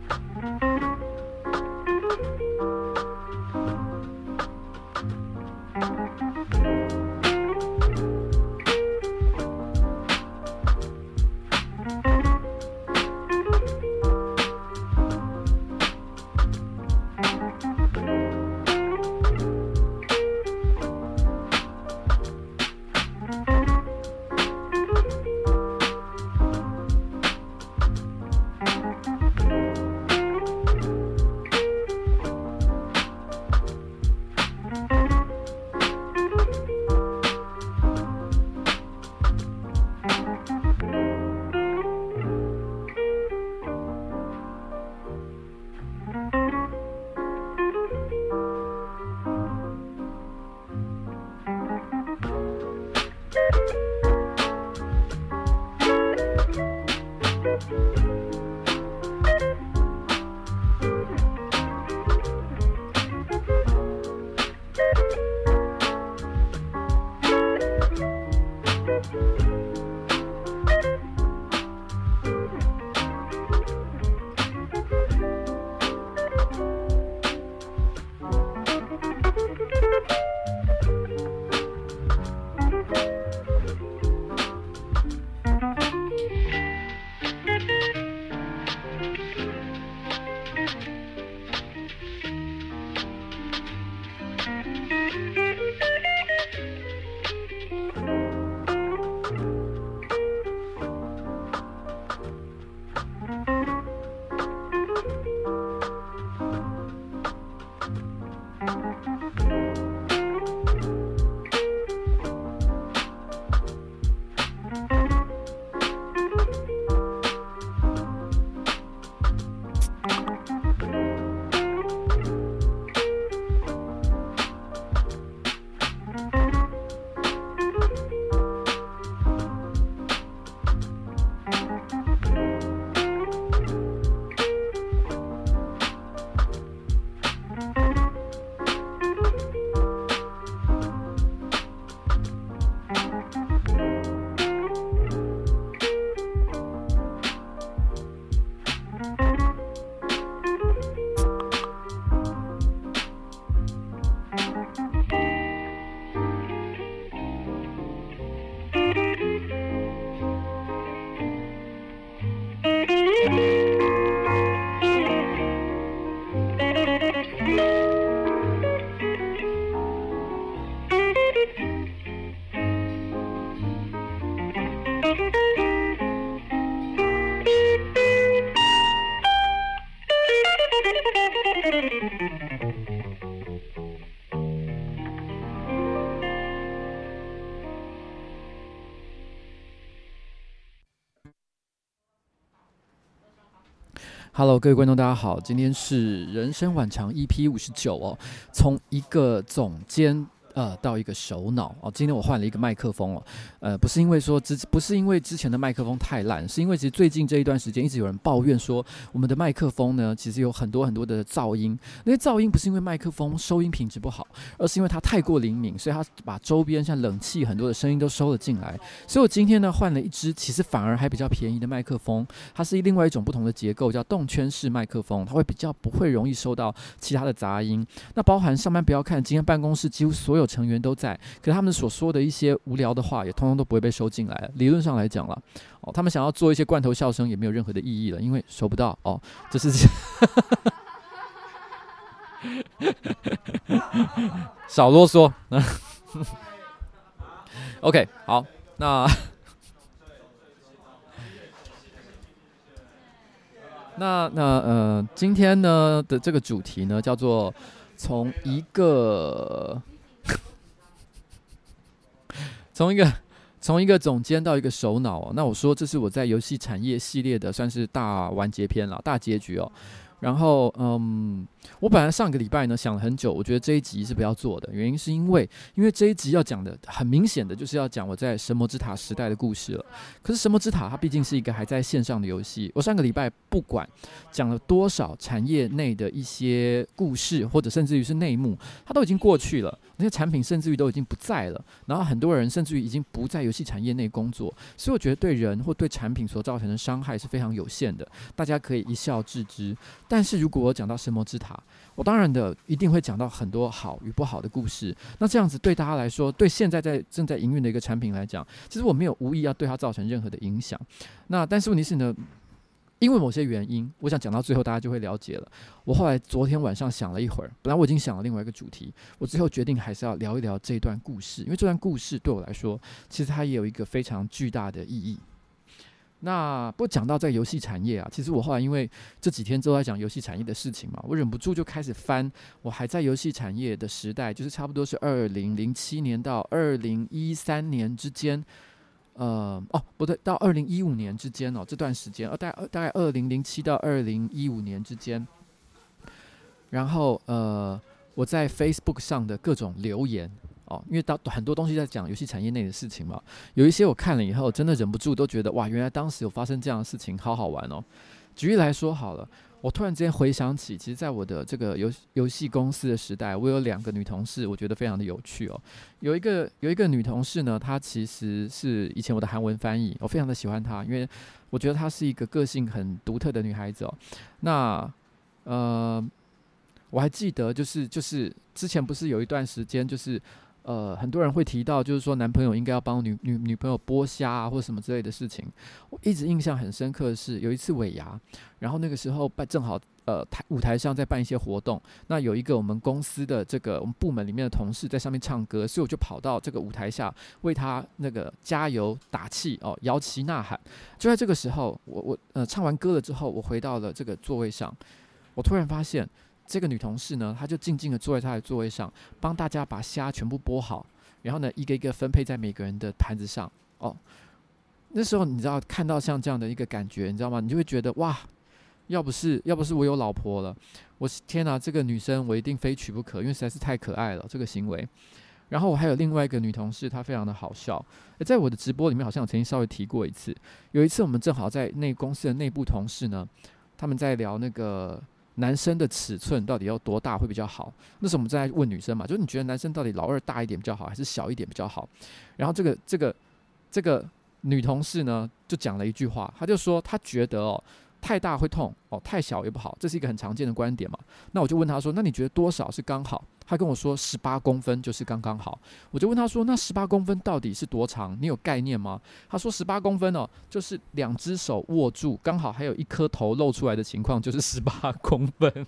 Hello， 各位观众，大家好，今天是人生晚长 EP59哦，从一个总监到一个首脑哦，今天我换了一个麦克风哦，不是因为之前的麦克风太烂，是因为其实最近这一段时间一直有人抱怨说我们的麦克风呢，其实有很多的噪音，那些噪音不是因为麦克风收音品质不好，而是因为它太过灵敏，所以它把周边像冷气很多的声音都收了进来，所以我今天呢换了一支其实反而还比较便宜的麦克风，它是另外一种不同的结构，叫动圈式麦克风，它会比较不会容易收到其他的杂音，那包含上班不要看，今天办公室几乎所有成员都在，可是他们所说的一些无聊的话也通通都不会被收进来，理论上来讲了哦，他们想要做一些罐头笑声也没有任何的意义了，因为收不到哦，这是少啰嗦OK 好，那今天呢的这个主题呢叫做从一个总监到一个首脑哦，那我说这是我在游戏产业系列的算是大完结篇了，大结局哦。 然后，我本来上个礼拜呢想了很久，我觉得这一集是不要做的，原因是因为这一集要讲的很明显的就是要讲我在神魔之塔时代的故事了。可是神魔之塔它毕竟是一个还在线上的游戏，我上个礼拜不管讲了多少产业内的一些故事，或者甚至于是内幕，它都已经过去了，那些产品甚至于都已经不在了，然后很多人甚至于已经不在游戏产业内工作，所以我觉得对人或对产品所造成的伤害是非常有限的，大家可以一笑置之。但是如果我讲到神魔之塔，我当然的一定会讲到很多好与不好的故事。那这样子对大家来说，对现在正在营运的一个产品来讲，其实我没有无意要对它造成任何的影响。那但是问题是呢，因为某些原因，我想讲到最后大家就会了解了。我后来昨天晚上想了一会儿，本来我已经想了另外一个主题，我最后决定还是要聊一聊这段故事，因为这段故事对我来说，其实它也有一个非常巨大的意义。那不讲到在游戏产业啊，其实我后来因为这几天都在讲游戏产业的事情嘛，我忍不住就开始翻我还在游戏产业的时代，就是差不多是2007年到2013年之间，不对，到2015年之间这段时间，大概2007到2015年之间，然后我在 Facebook 上的各种留言。因为很多东西在讲游戏产业内的事情嘛，有一些我看了以后，真的忍不住都觉得哇，原来当时有发生这样的事情，好好玩哦。举例来说好了，我突然之间回想起，其实在我的这个游戏公司的时代，我有2个女同事，我觉得非常的有趣哦。有一个女同事呢，她其实是以前我的韩文翻译，我非常的喜欢她，因为我觉得她是一个个性很独特的女孩子哦。那我还记得就是之前不是有一段时间就是很多人会提到，就是说男朋友应该要帮女朋友剥虾啊，或什么之类的事情。我一直印象很深刻的是，有一次尾牙，然后那个时候正好舞台上在办一些活动，那有一个我们公司的我们部门里面的同事在上面唱歌，所以我就跑到这个舞台下为他那个加油打气摇旗呐喊。就在这个时候，我唱完歌了之后，我回到了这个座位上，我突然发现。这个女同事呢，她就静静的坐在她的座位上，帮大家把虾全部剥好，然后呢，一个一个分配在每个人的盘子上。那时候你知道看到像这样的一个感觉，你知道吗？你就会觉得哇，要不是我有老婆了，我天哪，这个女生我一定非娶不可，因为实在是太可爱了这个行为。然后我还有另外一个女同事，她非常的好笑，在我的直播里面好像我曾经稍微提过一次。有一次我们正好在公司的内部同事呢，他们在聊那个。男生的尺寸到底要多大会比较好？那时候我们在问女生嘛，就是你觉得男生到底老二大一点比较好，还是小一点比较好？然后这个女同事呢，就讲了一句话，她就说她觉得太大会痛太小也不好，这是一个很常见的观点嘛。那我就问她说，那你觉得多少是刚好？她跟我说18公分就是刚刚好。我就问她说，那18公分到底是多长？你有概念吗？她说18公分就是2只手握住，刚好还有一颗头露出来的情况，就是18公分。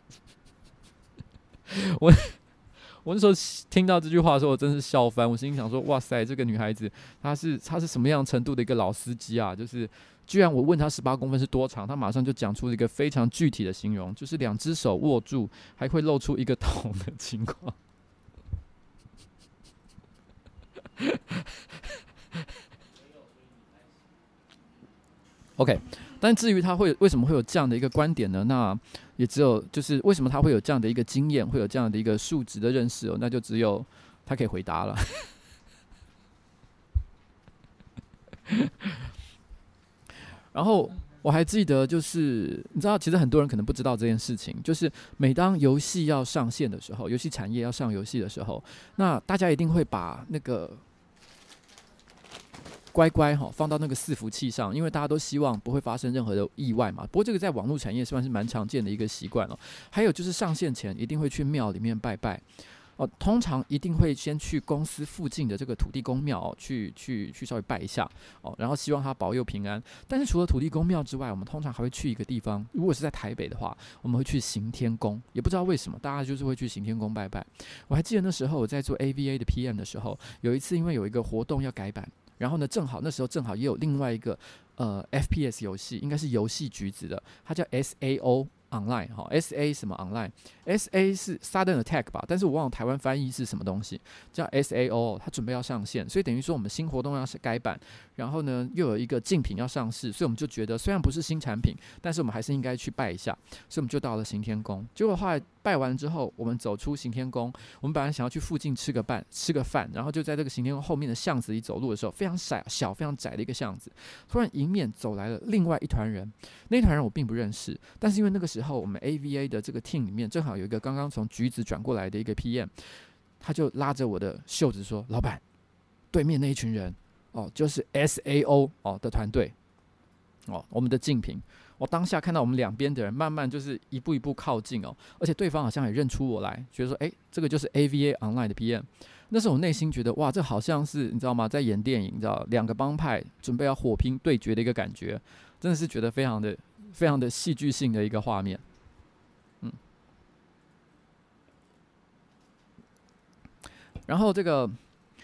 我那时候听到这句话的时候，我真是笑翻。我心里想说，哇塞，这个女孩子她是什么样程度的一个老司机啊？就是居然我问她18公分是多长，她马上就讲出了一个非常具体的形容，就是2只手握住，还会露出一个头的情况。OK， 但至于他为什么会有这样的一个观点呢？那也只有就是为什么他会有这样的一个经验，会有这样的一个数值的认识那就只有他可以回答了。然后我还记得，就是你知道，其实很多人可能不知道这件事情，就是每当游戏要上线的时候，游戏产业要上游戏的时候，那大家一定会把那个乖乖放到那个伺服器上，因为大家都希望不会发生任何的意外嘛。不过这个在网络产业算是蛮常见的一个习惯还有就是上线前一定会去庙里面拜拜通常一定会先去公司附近的这个土地公庙去稍微拜一下然后希望他保佑平安。但是除了土地公庙之外，我们通常还会去一个地方，如果是在台北的话，我们会去行天宫。也不知道为什么，大家就是会去行天宫拜拜。我还记得那时候我在做 AVA 的 PM 的时候，有一次因为有一个活动要改版。然后呢，那时候正好也有另外一个FPS 游戏，应该是游戏橘子的，它叫 SAO Online 哈，SA 什么 Online，SA 是 Sudden Attack 吧，但是我忘了台湾翻译是什么东西，叫 SAO， 它准备要上线，所以等于说我们新活动要改版，然后呢又有一个竞品要上市，所以我们就觉得虽然不是新产品，但是我们还是应该去拜一下，所以我们就到了行天宫。结果后来拜完之后，我们走出行天宫，我们本来想要去附近吃个饭，然后就在这个行天宫后面的巷子里走路的时候，非常小非常窄的一个巷子，突然迎面走来了另外一团人，那一团人我并不认识，但是因为那个时候我们 AVA 的这个 team 里面正好有一个刚刚从橘子转过来的一个 PM， 他就拉着我的袖子说：“老板，对面那一群人就是 SAO 的团队我们的竞品。”我当下看到我们两边的人慢慢就是一步一步靠近而且对方好像也认出我来，觉得说这个就是 AVA Online 的 PM。 那时候我内心觉得哇，这好像是你知道吗，在演电影，你知道两个帮派准备要火拼对决的一个感觉，真的是觉得非常的戏剧性的一个画面。然后这个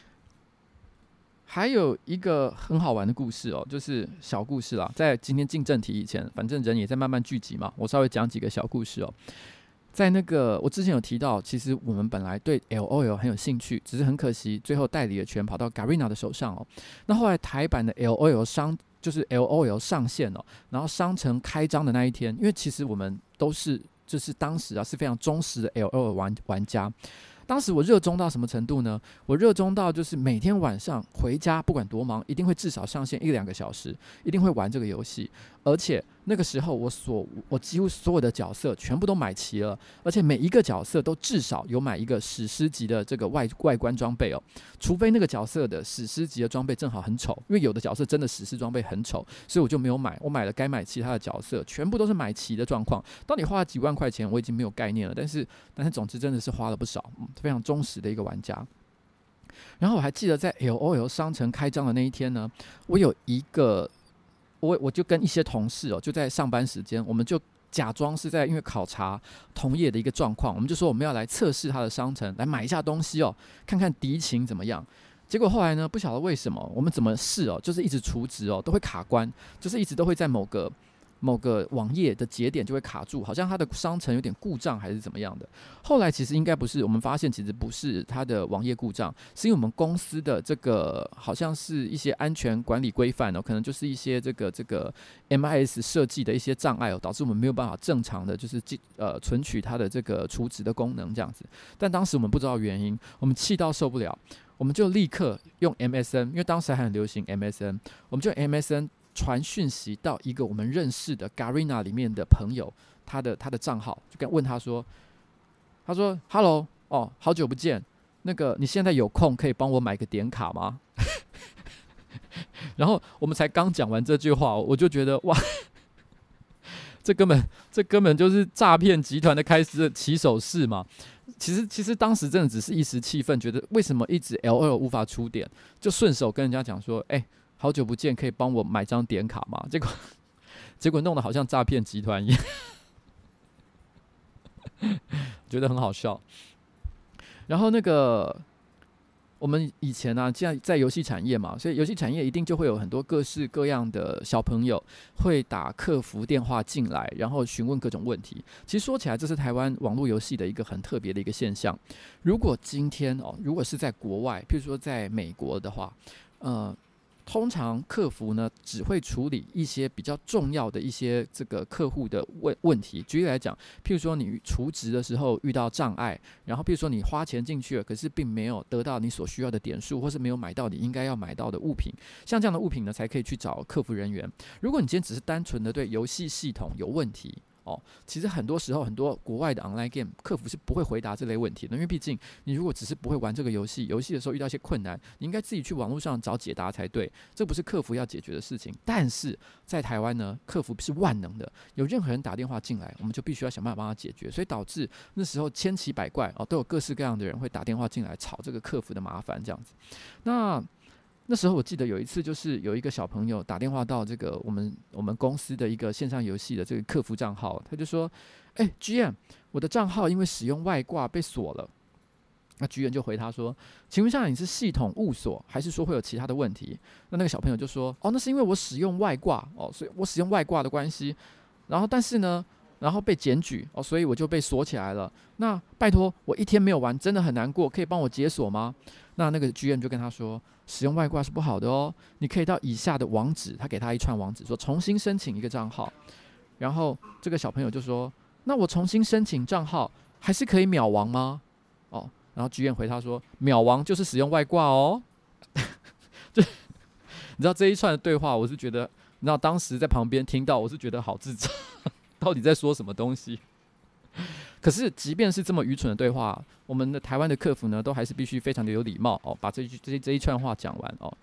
还有一个很好玩的故事就是小故事啦，在今天进正题以前，反正人也在慢慢聚集嘛，我稍微讲几个小故事在那个我之前有提到，其实我们本来对 LOL 很有兴趣，只是很可惜最后代理的权跑到 Garena 的手上那后来台版的 LOL 就是 LOL 上线然后商城开张的那一天，因为其实我们都是就是当时是非常忠实的 LOL 玩家。当时我热衷到什么程度呢？我热衷到就是每天晚上回家，不管多忙，一定会至少上线1-2个小时，一定会玩这个游戏。而且那个时候我几乎所有的角色全部都买齐了，而且每一个角色都至少有买一个史诗级的这个外观装备除非那个角色的史诗级的装备正好很丑，因为有的角色真的史诗装备很丑，所以我就没有买。我买了该买其他的角色，全部都是买齐的状况。到底花了几万块钱，我已经没有概念了。但是总之真的是花了不少，非常忠实的一个玩家。然后我还记得在 LOL 商城开张的那一天呢，我有一个我就跟一些同事就在上班时间，我们就假装是在因为考察同业的一个状况，我们就说我们要来测试他的商城，来买一下东西看看敌情怎么样。结果后来呢，不晓得为什么我们怎么试就是一直储值都会卡关，就是一直都会在某个网页的节点就会卡住，好像它的商城有点故障还是怎么样的。后来其实应该不是，我们发现其实不是它的网页故障，是因为我们公司的这个好像是一些安全管理规范可能就是一些这个 MIS 设计的一些障碍导致我们没有办法正常的就是存取它的这个储值的功能这样子。但当时我们不知道原因，我们气到受不了，我们就立刻用 MSN， 因为当时还很流行 MSN， 我们就 MSN传讯息到一个我们认识的 Garena 里面的朋友，他的账号，就问他说 Hello 好久不见，那个你现在有空可以帮我买个点卡吗？然后我们才刚讲完这句话，我就觉得哇，这根本就是诈骗集团的开始的起手式嘛。其实当时真的只是一时气愤，觉得为什么一直 LOL 无法出点，就顺手跟人家讲说好久不见，可以帮我买张点卡吗？结果弄得好像诈骗集团一样，觉得很好笑。然后那个我们以前既然在游戏产业嘛，所以游戏产业一定就会有很多各式各样的小朋友会打客服电话进来，然后询问各种问题。其实说起来，这是台湾网络游戏的一个很特别的一个现象。如果今天如果是在国外，譬如说在美国的话，通常客服呢只会处理一些比较重要的一些这个客户的问题。举例来讲，譬如说你储值的时候遇到障碍，然后譬如说你花钱进去了，可是并没有得到你所需要的点数，或是没有买到你应该要买到的物品，像这样的物品呢才可以去找客服人员。如果你今天只是单纯的对游戏系统有问题，其实很多时候很多国外的 online game 客服是不会回答这类问题的，因为毕竟你如果只是不会玩这个游戏的时候遇到一些困难，你应该自己去网络上找解答才对，这不是客服要解决的事情。但是在台湾呢，客服是万能的，有任何人打电话进来，我们就必须要想办法帮他解决，所以导致那时候千奇百怪都有各式各样的人会打电话进来吵这个客服的麻烦这样子。那时候我记得有一次，就是有一个小朋友打电话到这个我们公司的一个线上游戏的这个客服账号，他就说GM 我的账号因为使用外挂被锁了。那GM就回他说，请问一下你是系统误锁还是说会有其他的问题？那个小朋友就说那是因为我使用外挂所以我使用外挂的关系，然后但是呢然后被检举哦，所以我就被锁起来了。那拜托，我一天没有玩，真的很难过，可以帮我解锁吗？那个剧院就跟他说，使用外挂是不好的哦，你可以到以下的网址，他给他一串网址，说重新申请一个账号。然后这个小朋友就说，那我重新申请账号还是可以秒亡吗？哦，然后剧院回他说，秒亡就是使用外挂哦。就你知道这一串的对话，我是觉得，你知道当时在旁边听到，我是觉得好智障。到底在说什么东西？可是，即便是这么愚蠢的对话，我们的台湾的客服呢，都还是必须非常的有礼貌哦，把这一串话讲完哦。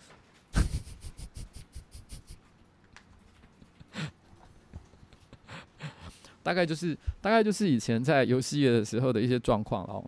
大概就是以前在游戏业的时候的一些状况哦。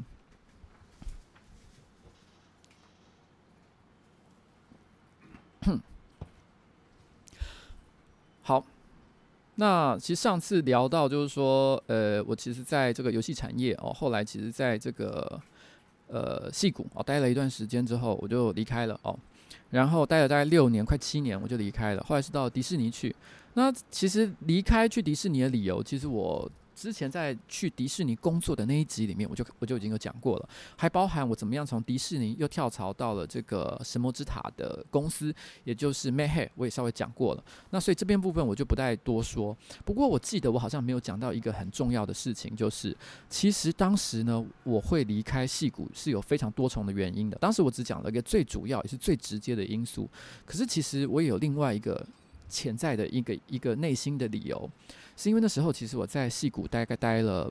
好。那其实上次聊到就是说，我其实在这个游戏产业哦，后来其实在这个矽谷哦待了一段时间之后，我就离开了哦，然后待了大概6年，快7年，我就离开了。后来是到迪士尼去。那其实离开去迪士尼的理由，其实我之前在去迪士尼工作的那一集里面，我就已经有讲过了，还包含我怎么样从迪士尼又跳槽到了这个神魔之塔的公司，也就是 Mayhem， 我也稍微讲过了。那所以这边部分我就不太多说。不过我记得我好像没有讲到一个很重要的事情，就是其实当时呢，我会离开矽谷是有非常多重的原因的。当时我只讲了一个最主要也是最直接的因素，可是其实我也有另外一个潜在的一个内心的理由，是因为那时候其实我在矽谷大概待了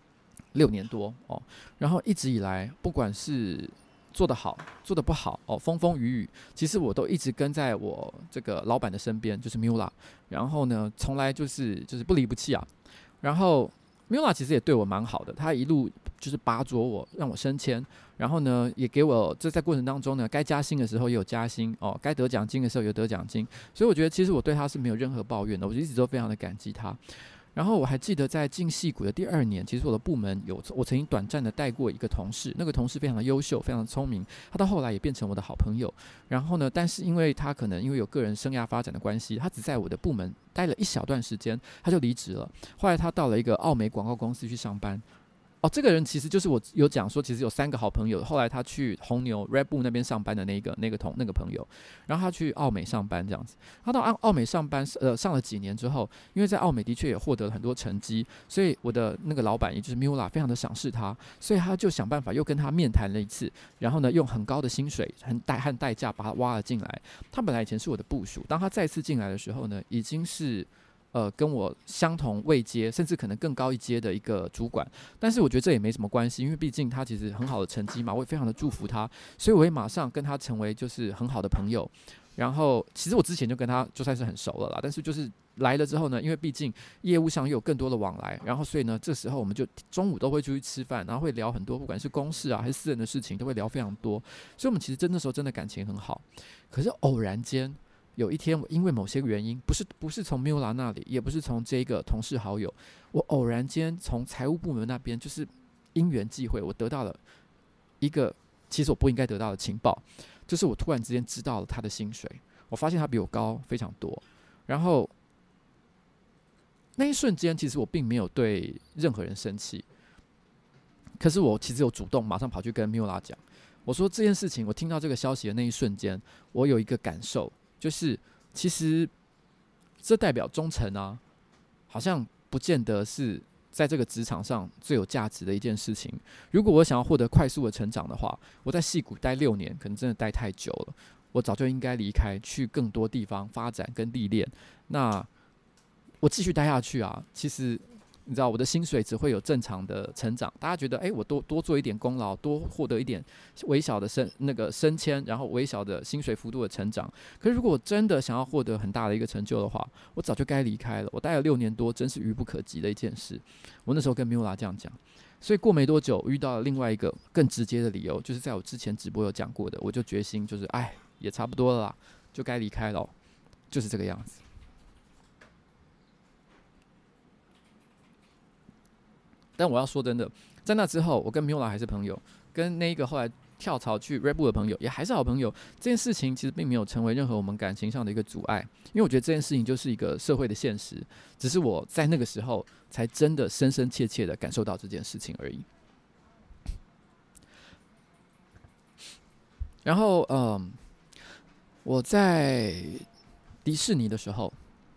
6年多哦，然后一直以来不管是做得好做得不好哦，风风雨雨，其实我都一直跟在我这个老板的身边，就是 Mula， 然后呢从来就是不离不弃啊。然后 Mula 其实也对我蛮好的，他一路就是拔擢我，让我升迁，然后呢也给我这在过程当中呢，该加薪的时候也有加薪哦，该得奖金的时候有得奖金，所以我觉得其实我对他是没有任何抱怨的，我一直都非常的感激他。然后我还记得在进矽谷的第2年，其实我的部门我曾经短暂的带过一个同事，那个同事非常的优秀，非常的聪明，他到后来也变成我的好朋友。然后呢，但是因为他可能因为有个人生涯发展的关系，他只在我的部门待了一小段时间，他就离职了。后来他到了一个奥美广告公司去上班。哦，这个人其实就是我有讲说，其实有3个好朋友。后来他去红牛 Red Bull 那边上班的那个朋友，然后他去奥美上班这样子。他到奥美上班，上了几年之后，因为在奥美的确也获得了很多成绩，所以我的那个老板也就是 Mula 非常的赏识他，所以他就想办法又跟他面谈了一次，然后呢用很高的薪水和代价把他挖了进来。他本来以前是我的部属，当他再次进来的时候呢，已经是跟我相同位阶，甚至可能更高一阶的一个主管，但是我觉得这也没什么关系，因为毕竟他其实很好的成绩嘛，我也非常的祝福他，所以我也马上跟他成为就是很好的朋友。然后其实我之前就跟他就算是很熟了啦，但是就是来了之后呢，因为毕竟业务上又有更多的往来，然后所以呢，这时候我们就中午都会出去吃饭，然后会聊很多，不管是公事啊还是私人的事情，都会聊非常多，所以我们其实那时候真的感情很好。可是偶然间有一天，我因为某些原因，不是从 Mula 那里，也不是从这个同事好友，我偶然间从财务部门那边，就是因缘际会，我得到了一个其实我不应该得到的情报，就是我突然之间知道了他的薪水，我发现他比我高非常多，然后那一瞬间，其实我并没有对任何人生气，可是我其实有主动马上跑去跟 Mula 讲，我说这件事情，我听到这个消息的那一瞬间，我有一个感受。就是其实这代表忠诚啊，好像不见得是在这个职场上最有价值的一件事情。如果我想要获得快速的成长的话，我在矽谷待6年，可能真的待太久了，我早就应该离开，去更多地方发展跟历练。那我继续待下去啊，其实你知道我的薪水只会有正常的成长，大家觉得我多做一点功劳，多获得一点微小的升迁，然后微小的薪水幅度的成长。可是如果我真的想要获得很大的一个成就的话，我早就该离开了。我待了6年多，真是愚不可及的一件事。我那时候跟 Mula 这样讲，所以过没多久，我遇到了另外一个更直接的理由，就是在我之前直播有讲过的，我就决心就是也差不多了啦，就该离开了，就是这个样子。但我要说真的，在那之后，我跟 Mula 还是朋友，跟那一个后来跳槽去 Red Bull 的朋友，也还是好朋友。这件事情其实并没有成为任何我们感情上的一个阻碍，因为我觉得这件事情就是一个社会的现实，只是我在那个时候才真的深深切切的感受到这件事情而已。然后，我在迪士尼的时候，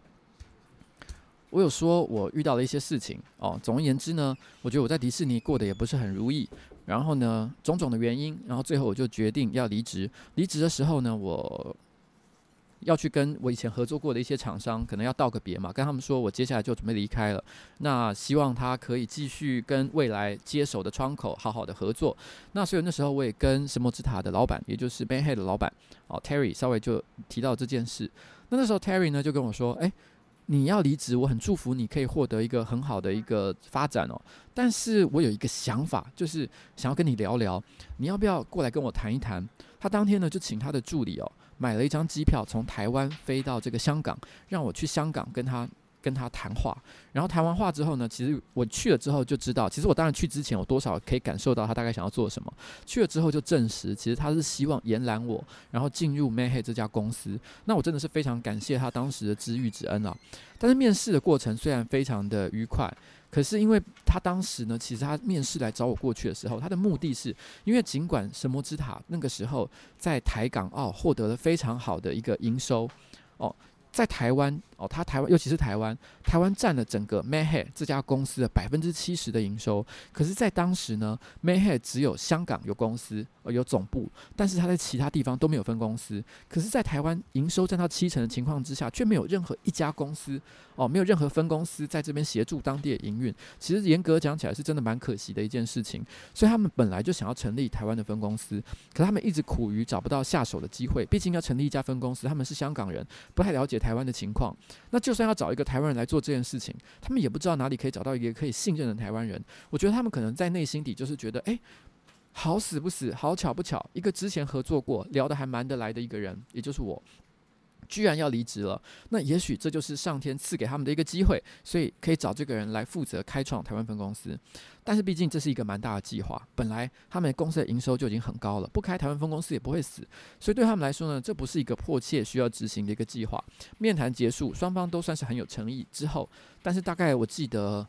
我有说我遇到了一些事情哦。总而言之呢，我觉得我在迪士尼过得也不是很如意。然后呢，种种的原因，然后最后我就决定要离职。离职的时候呢，我要去跟我以前合作过的一些厂商，可能要道个别嘛，跟他们说我接下来就准备离开了。那希望他可以继续跟未来接手的窗口好好的合作。那所以那时候我也跟神魔之塔的老板，也就是 Banhead 的老板Terry 稍微就提到这件事。那时候 Terry 呢就跟我说，你要离职，我很祝福你可以获得一个很好的一个发展哦。但是我有一个想法，就是想要跟你聊聊，你要不要过来跟我谈一谈？他当天呢就请他的助理买了一张机票，从台湾飞到这个香港，让我去香港跟他谈话。然后谈完话之后呢，其实我去了之后就知道，其实我当然去之前我多少可以感受到他大概想要做什么。去了之后就证实，其实他是希望延揽我，然后进入 Mayhead 这家公司。那我真的是非常感谢他当时的知遇之恩啊。但是面试的过程虽然非常的愉快，可是因为他当时呢，其实他面试来找我过去的时候，他的目的是因为尽管神魔之塔那个时候在台港澳获得了非常好的一个营收在台湾他台湾尤其是台湾占了整个 Mayhead 这家公司的70%的营收。可是，在当时呢 ，Mayhead 只有香港有公司有总部，但是他在其他地方都没有分公司。可是，在台湾营收占到70%的情况之下，却没有任何一家公司没有任何分公司在这边协助当地的营运。其实严格讲起来，是真的蛮可惜的一件事情。所以他们本来就想要成立台湾的分公司，可是他们一直苦于找不到下手的机会。毕竟要成立一家分公司，他们是香港人，不太了解台湾的情况。那就算要找一个台湾人来做这件事情，他们也不知道哪里可以找到一个可以信任的台湾人。我觉得他们可能在内心底就是觉得，好死不死，好巧不巧，一个之前合作过、聊得还蛮得来的一个人，也就是我，居然要离职了。那也许这就是上天赐给他们的一个机会，所以可以找这个人来负责开创台湾分公司。但是毕竟这是一个蛮大的计划，本来他们公司的营收就已经很高了，不开台湾分公司也不会死，所以对他们来说呢，这不是一个迫切需要执行的一个计划。面谈结束，双方都算是很有诚意之后，但是大概我记得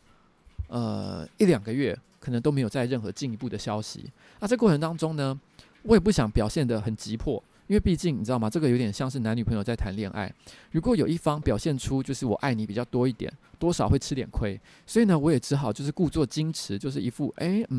1-2个月可能都没有再任何进一步的消息。那这过程当中呢，我也不想表现得很急迫，因为毕竟你知道吗，这个有点像是男女朋友在谈恋爱，如果有一方表现出就是我爱你比较多一点，多少会吃点亏。所以呢，我也只好就是故作矜持，就是一副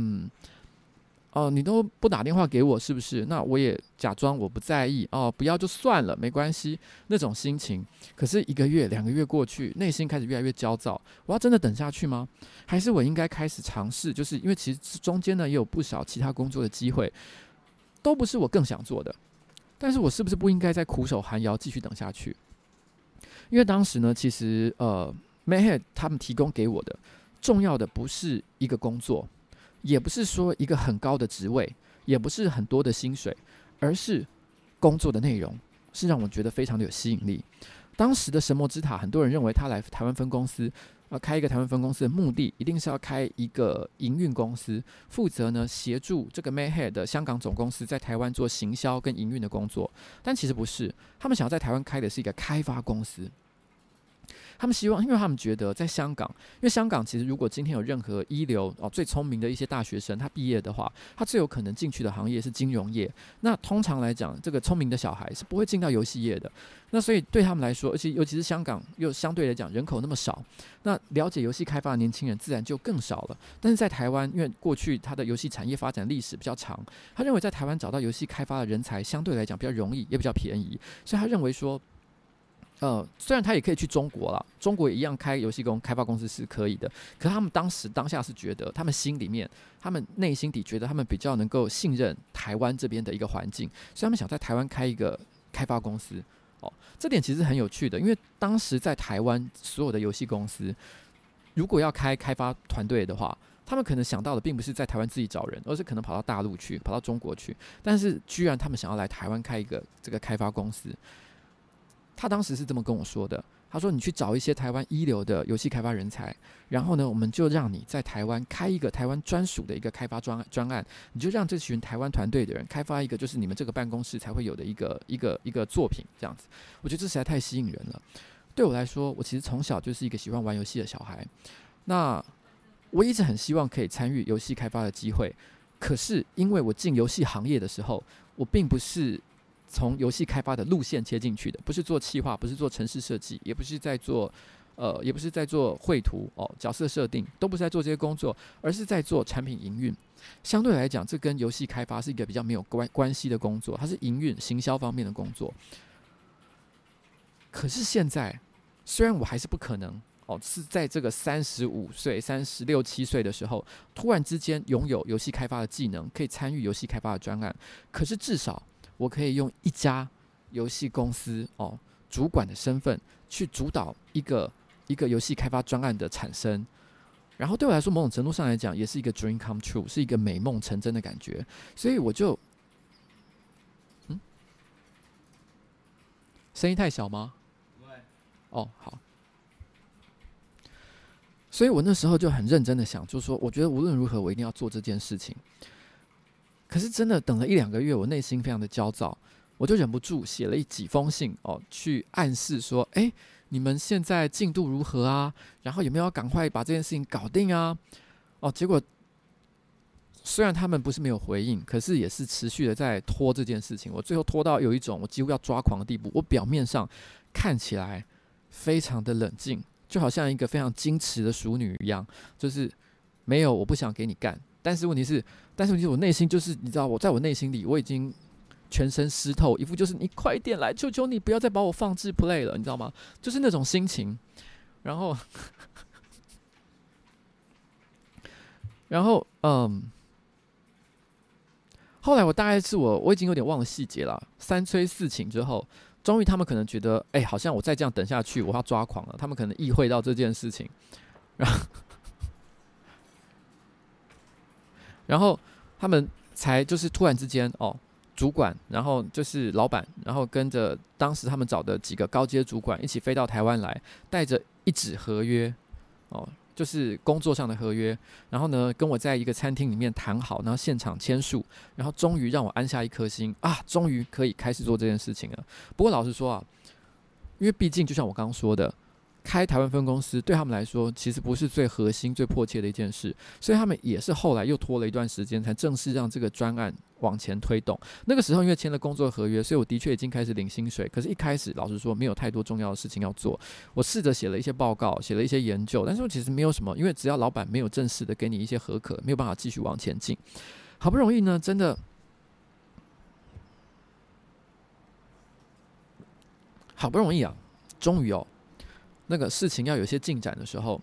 你都不打电话给我是不是？那我也假装我不在意不要就算了，没关系那种心情。可是1个月、2个月过去，内心开始越来越焦躁。我要真的等下去吗？还是我应该开始尝试？就是因为其实中间呢也有不少其他工作的机会，都不是我更想做的。但是我是不是不应该再苦守寒窑继续等下去？因为当时呢，其实Mayhead 他们提供给我的重要的不是一个工作，也不是说一个很高的职位，也不是很多的薪水，而是工作的内容是让我觉得非常的有吸引力。当时的神魔之塔，很多人认为他来台湾分公司开一个台湾分公司的目的，一定是要开一个营运公司，负责呢协助这个 Mayhead 的香港总公司在台湾做行销跟营运的工作。但其实不是，他们想要在台湾开的是一个开发公司。他们希望，因为他们觉得在香港，因为香港其实如果今天有任何一流最聪明的一些大学生，他毕业的话，他最有可能进去的行业是金融业。那通常来讲，这个聪明的小孩是不会进到游戏业的。那所以对他们来说，而且尤其是香港又相对来讲人口那么少，那了解游戏开发的年轻人自然就更少了。但是在台湾，因为过去它的游戏产业发展历史比较长，他认为在台湾找到游戏开发的人才相对来讲比较容易，也比较便宜，所以他认为说。虽然他也可以去中国啦，中国也一样开游戏开发公司是可以的，可是他们当下是觉得，他们心里面，他们内心底觉得他们比较能够信任台湾这边的一个环境，所以他们想在台湾开一个开发公司。这点其实很有趣的，因为当时在台湾所有的游戏公司，如果要开发团队的话，他们可能想到的并不是在台湾自己找人，而是可能跑到大陆去，跑到中国去，但是居然他们想要来台湾开一个这个开发公司。他当时是这么跟我说的， 他说你去找一些台湾一流的游戏开发人才，然后呢，我们就让你在台湾开一个台湾专属的一个开发专案，你就让这群台湾团队的人开发一个就是你们这个办公室才会有的一个作品，这样子。我觉得这实在太吸引人了。对我来说，我其实从小就是一个喜欢玩游戏的小孩，那我一直很希望可以参与游戏开发的机会，可是因为我进游戏行业的时候，我并不是从游戏开发的路线切进去的，不是做企划，不是做程式设计，也不是在做绘图角色设定，都不是在做这些工作，而是在做产品营运。相对来讲，这跟游戏开发是一个比较没有关系的工作，它是营运行销方面的工作。可是现在，虽然我还是不可能是在这个35岁、36、7岁的时候，突然之间拥有游戏开发的技能，可以参与游戏开发的专案。可是至少我可以用一家游戏公司主管的身份去主导一个游戏开发专案的产生。然后对我来说，某种程度上来讲，也是一个 dream come true， 是一个美梦成真的感觉。所以我就，声音太小吗？好。所以我那时候就很认真的想，就是说，我觉得无论如何，我一定要做这件事情。可是真的等了1-2个月，我内心非常的焦躁，我就忍不住写了几封信去暗示说，你们现在进度如何啊？然后有没有要赶快把这件事情搞定啊？结果虽然他们不是没有回应，可是也是持续的在拖这件事情。我最后拖到有一种我几乎要抓狂的地步。我表面上看起来非常的冷静，就好像一个非常矜持的淑女一样，就是没有我不想给你干。但是问题是我内心就是你知道，我在我内心里我已经全身湿透，一副就是你快点来，求求你不要再把我放置 play 了，你知道吗？就是那种心情。然后后来我大概是我已经有点忘了细节了。3催4请之后，终于他们可能觉得，好像我再这样等下去，我要抓狂了。他们可能意会到这件事情，然后他们才就是突然之间主管，然后就是老板，然后跟着当时他们找的几个高阶主管一起飞到台湾来，带着一纸合约就是工作上的合约，然后呢跟我在一个餐厅里面谈好，然后现场签署，然后终于让我安下一颗心啊，终于可以开始做这件事情了。不过老实说啊，因为毕竟就像我刚刚说的，开台湾分公司对他们来说其实不是最核心最迫切的一件事，所以他们也是后来又拖了一段时间才正式让这个专案往前推动。那个时候因为签了工作合约，所以我的确已经开始领薪水，可是一开始老实说没有太多重要的事情要做。我试着写了一些报告，写了一些研究，但是我其实没有什么，因为只要老板没有正式的给你一些核可，没有办法继续往前进。好不容易呢，真的好不容易啊，终于那个事情要有些进展的时候，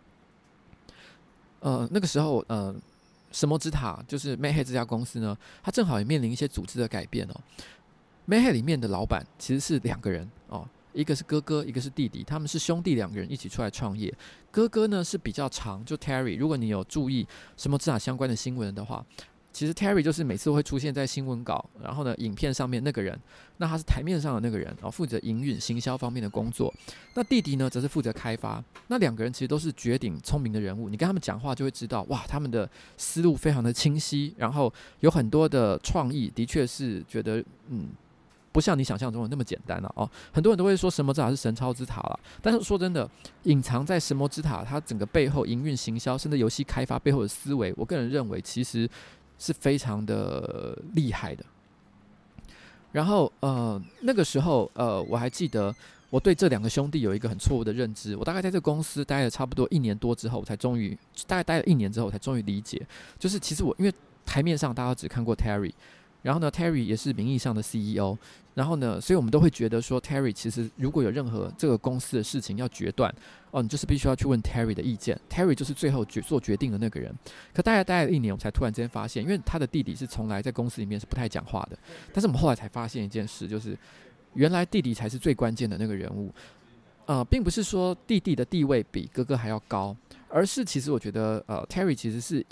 那个时候神魔之塔就是 Mayhead 这家公司呢，它正好也面临一些组织的改变Mayhead 里面的老板其实是2个人一个是哥哥，一个是弟弟，他们是兄弟2个人一起出来创业。哥哥呢是比较长，就 Terry， 如果你有注意神魔之塔相关的新闻的话，其实 Terry 就是每次都会出现在新闻稿，然后呢，影片上面那个人，那他是台面上的那个人负责营运、行销方面的工作。那弟弟呢，则是负责开发。那2个人其实都是绝顶聪明的人物，你跟他们讲话就会知道，哇，他们的思路非常的清晰，然后有很多的创意，的确是觉得不像你想象中的那么简单了很多人都会说神魔之塔是神超之塔啦，但是说真的，隐藏在神魔之塔它整个背后营运、行销，甚至游戏开发背后的思维，我个人认为其实是非常的厉害的。然后那个时候我还记得我对这2个兄弟有一个很错误的认知。我大概在这个公司待了差不多1年多之后，才终于大概待了1年之后，才终于理解，就是其实我因为台面上大家只看过 Terry， 然后呢 Terry 也是名义上的 CEO， 然后呢，所以我们都会觉得说 Terry 其实如果有任何这个公司的事情要决断你就是必须要去问 Terry 的意见， Terry 就是最后做决定的那个人。可大概待了1年，我才突然之间发现，因为他的弟弟是从来在公司里面是不太讲话的，但是我们后来才发现一件事，就是原来弟弟才是最关键的那个人物并不是说弟弟的地位比哥哥还要高，而是其实我觉得Terry 其实是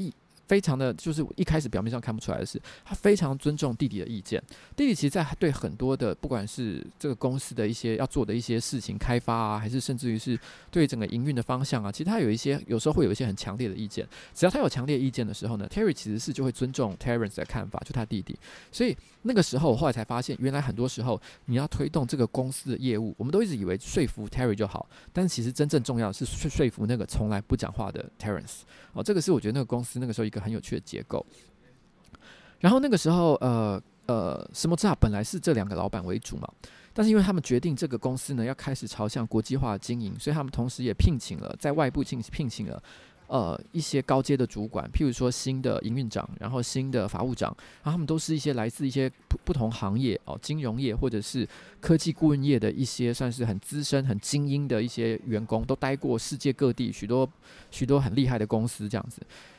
非常的，就是一开始表面上看不出来的是，他非常尊重弟弟的意见。弟弟其实在对很多的，不管是这个公司的一些要做的一些事情开发啊，还是甚至于是对整个营运的方向啊，其实他有时候会有一些很强烈的意见。只要他有强烈意见的时候呢 ，Terry 其实是就会尊重 Terrence 的看法，就他弟弟。所以那个时候我后来才发现，原来很多时候你要推动这个公司的业务，我们都一直以为说服 Terry 就好，但是其实真正重要的是说服那个从来不讲话的 Terrence。这个是我觉得那个公司那个时候一个很有趣的结构。然后那个时候石墨之塔本来是这2个老板为主嘛，但是因为他们决定这个公司呢要开始朝向国际化的经营，所以他们同时也在外部聘请了一些高阶的主管，譬如说新的营运长，然后新的法务长，然后他们都是一些来自一些不同行业金融业或者是科技顾问业的一些算是很资深、很精英的一些员工，都待过世界各地许多很厉害的公司这样子。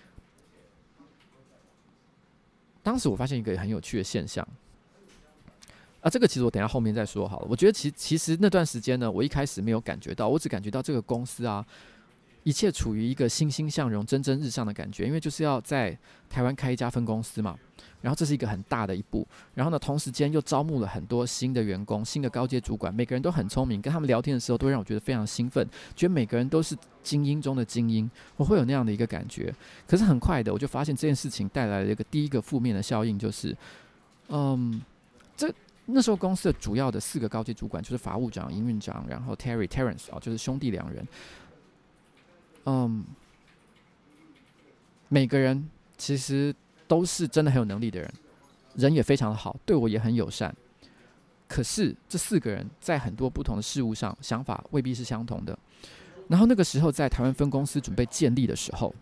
当时我发现一个很有趣的现象。这个其实我等一下后面再说好了。我觉得其实那段时间呢，我一开始没有感觉到，我只感觉到这个公司啊，一切处于一个欣欣向荣、蒸蒸日上的感觉，因为就是要在台湾开一家分公司嘛，然后这是一个很大的一步，然后呢，同时间又招募了很多新的员工、新的高阶主管，每个人都很聪明，跟他们聊天的时候都会让我觉得非常兴奋，觉得每个人都是精英中的精英，我会有那样的一个感觉。可是很快的，我就发现这件事情带来了第一个负面的效应，就是那时候公司的主要的4个高阶主管就是法务长、营运长，然后 Terrence 就是兄弟2人。每个人其实都是真的很有能力的人，人也非常的好，对我也很友善。可是这4个人在很多不同的事物上想法未必是相同的。然后那个时候在台湾分公司准备建立的时候，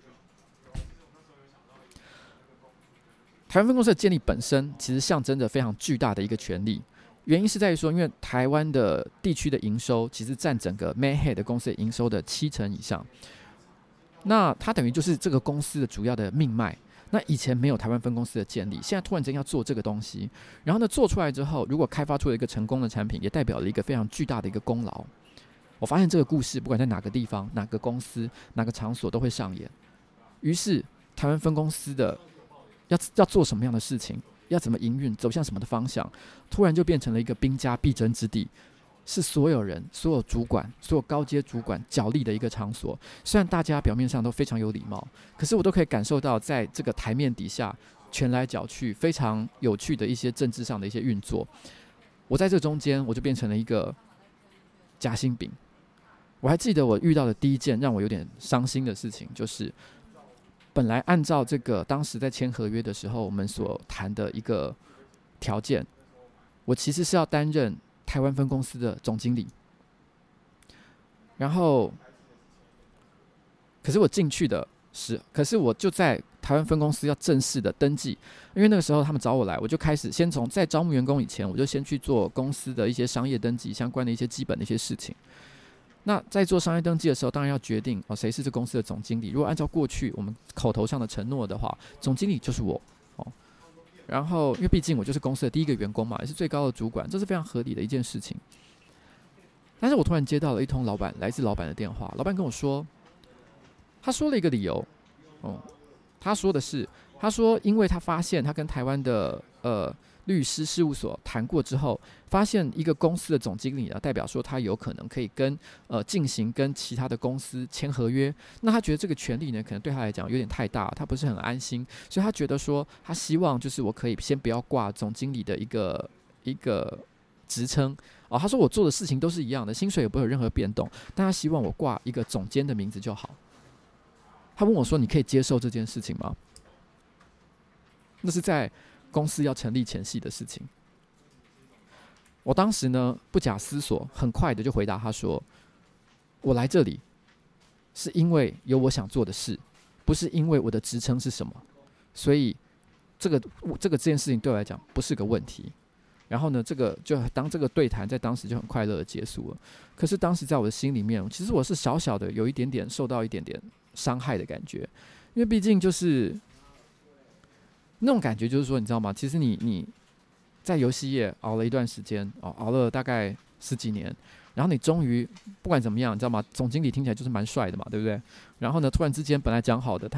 台湾分公司的建立本身其实象征着非常巨大的一个权利。原因是在于说，因为台湾的地区的营收其实占整个 Mayhead 的公司的营收的70%以上，那它等于就是这个公司的主要的命脉。那以前没有台湾分公司的建立，现在突然间要做这个东西，然后呢做出来之后，如果开发出了一个成功的产品，也代表了一个非常巨大的一个功劳。我发现这个故事不管在哪个地方、哪个公司、哪个场所都会上演。于是台湾分公司的要做什么样的事情，要怎么营运，走向什么的方向，突然就变成了一个兵家必争之地，是所有人、所有主管、所有高阶主管角力的一个场所。虽然大家表面上都非常有礼貌，可是我都可以感受到，在这个台面底下拳来脚去，非常有趣的一些政治上的一些运作。我在这中间，我就变成了一个夹心饼。我还记得我遇到的第一件让我有点伤心的事情，就是本来按照这个当时在签合约的时候我们所谈的一个条件，我其实是要担任台湾分公司的总经理。然后可是我进去的可是我就在台湾分公司要正式的登记，因为那个时候他们找我来，我就开始先从在招募员工以前，我就先去做公司的一些商业登记相关的一些基本的一些事情。那在做商业登记的时候，当然要决定谁是这公司的总经理。如果按照过去我们口头上的承诺的话，总经理就是我然后因为毕竟我就是公司的第一个员工嘛，也是最高的主管，这是非常合理的一件事情。但是我突然接到了一通来自老板的电话，老板跟我说，他说了一个理由他说因为他发现他跟台湾的律师事务所谈过之后，发现一个公司的总经理代表说他有可能可以进行跟其他的公司签合约。那他觉得这个权利呢，可能对他来讲有点太大，他不是很安心，所以他觉得说他希望就是我可以先不要挂总经理的一个职称他说我做的事情都是一样的，薪水也不会有任何变动，但他希望我挂一个总监的名字就好。他问我说：“你可以接受这件事情吗？”那是在公司要成立前夕的事情。我当时呢不假思索，很快的就回答他说：“我来这里是因为有我想做的事，不是因为我的职称是什么，所以这件事情对我来讲不是个问题。”然后呢，这个对谈在当时就很快乐的结束了。可是当时在我的心里面，其实我是小小的有一点点受到一点点伤害的感觉，因为毕竟就是那种感觉，就是说你知道吗？其实你在游戏业熬了一段时间熬了大概10几年，然后你终于不管怎么样，你知道吗？总经理听起来就是蛮帅的嘛，对不对？然后呢，突然之间本来讲好的，他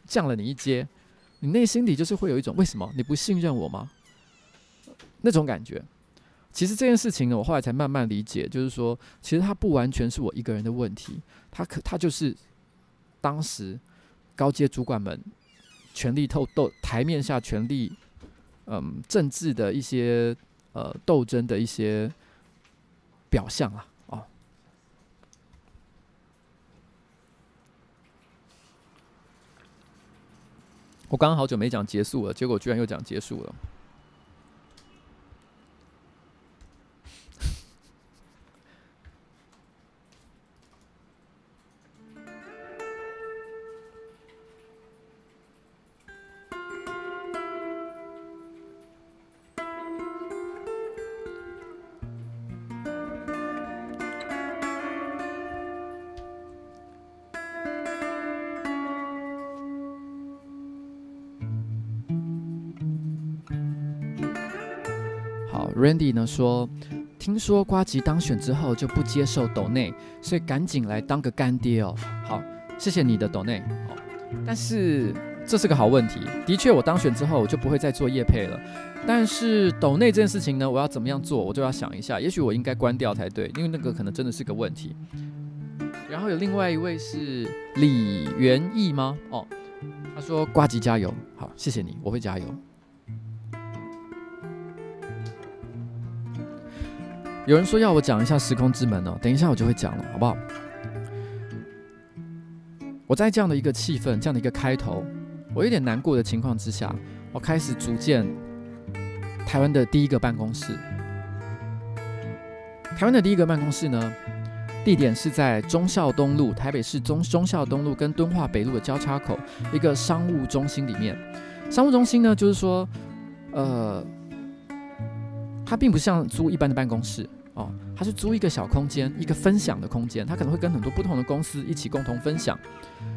降了你一阶，你内心里就是会有一种为什么你不信任我吗？那种感觉。其实这件事情呢，我后来才慢慢理解，就是说，其实它不完全是我一个人的问题，它就是当时高阶主管们权力台面下权力，政治的一些斗争的一些表象啦。我刚刚好久没讲结束了，结果居然又讲结束了。好 ，Randy 呢说，听说呱吉当选之后就不接受抖内，所以赶紧来当个干爹哦。好，谢谢你的抖内。但是这是个好问题，的确我当选之后我就不会再做业配了。但是抖内这件事情呢，我要怎么样做，我就要想一下。也许我应该关掉才对，因为那个可能真的是个问题。然后有另外一位是李元义吗？哦，他说呱吉加油，好，谢谢你，我会加油。有人说要我讲一下时空之门哦，等一下我就会讲了，好不好？我在这样的一个气氛、这样的一个开头，我有点难过的情况之下，我开始组建台湾的第一个办公室。台湾的第一个办公室呢，地点是在忠孝东路，台北市忠孝东路跟敦化北路的交叉口一个商务中心里面。商务中心呢，就是说，它并不像租一般的办公室哦，它是租一个小空间，一个分享的空间，它可能会跟很多不同的公司一起共同分享。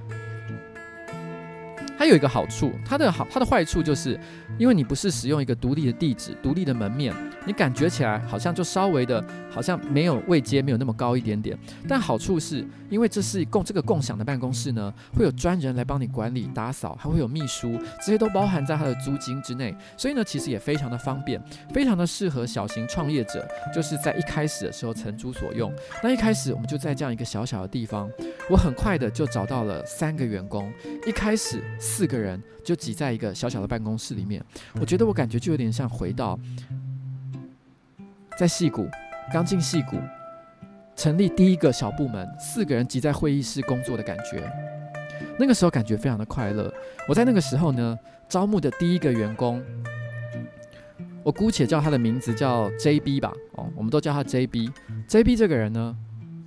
它有一个好处，它的坏处就是，因为你不是使用一个独立的地址、独立的门面，你感觉起来好像就稍微的，好像没有位阶没有那么高一点点。但好处是，因为这是这个共享的办公室呢，会有专人来帮你管理打扫，还会有秘书，这些都包含在它的租金之内。所以呢，其实也非常的方便，非常的适合小型创业者，就是在一开始的时候承租所用。那一开始我们就在这样一个小小的地方，我很快的就找到了3个员工，一开始4个人就挤在一个小小的办公室里面，我觉得我感觉就有点像回到在矽谷刚进矽谷成立第一个小部门，4个人挤在会议室工作的感觉。那个时候感觉非常的快乐。我在那个时候呢，招募的第一个员工，我姑且叫他的名字叫 JB 吧，我们都叫他 JB。JB 这个人呢，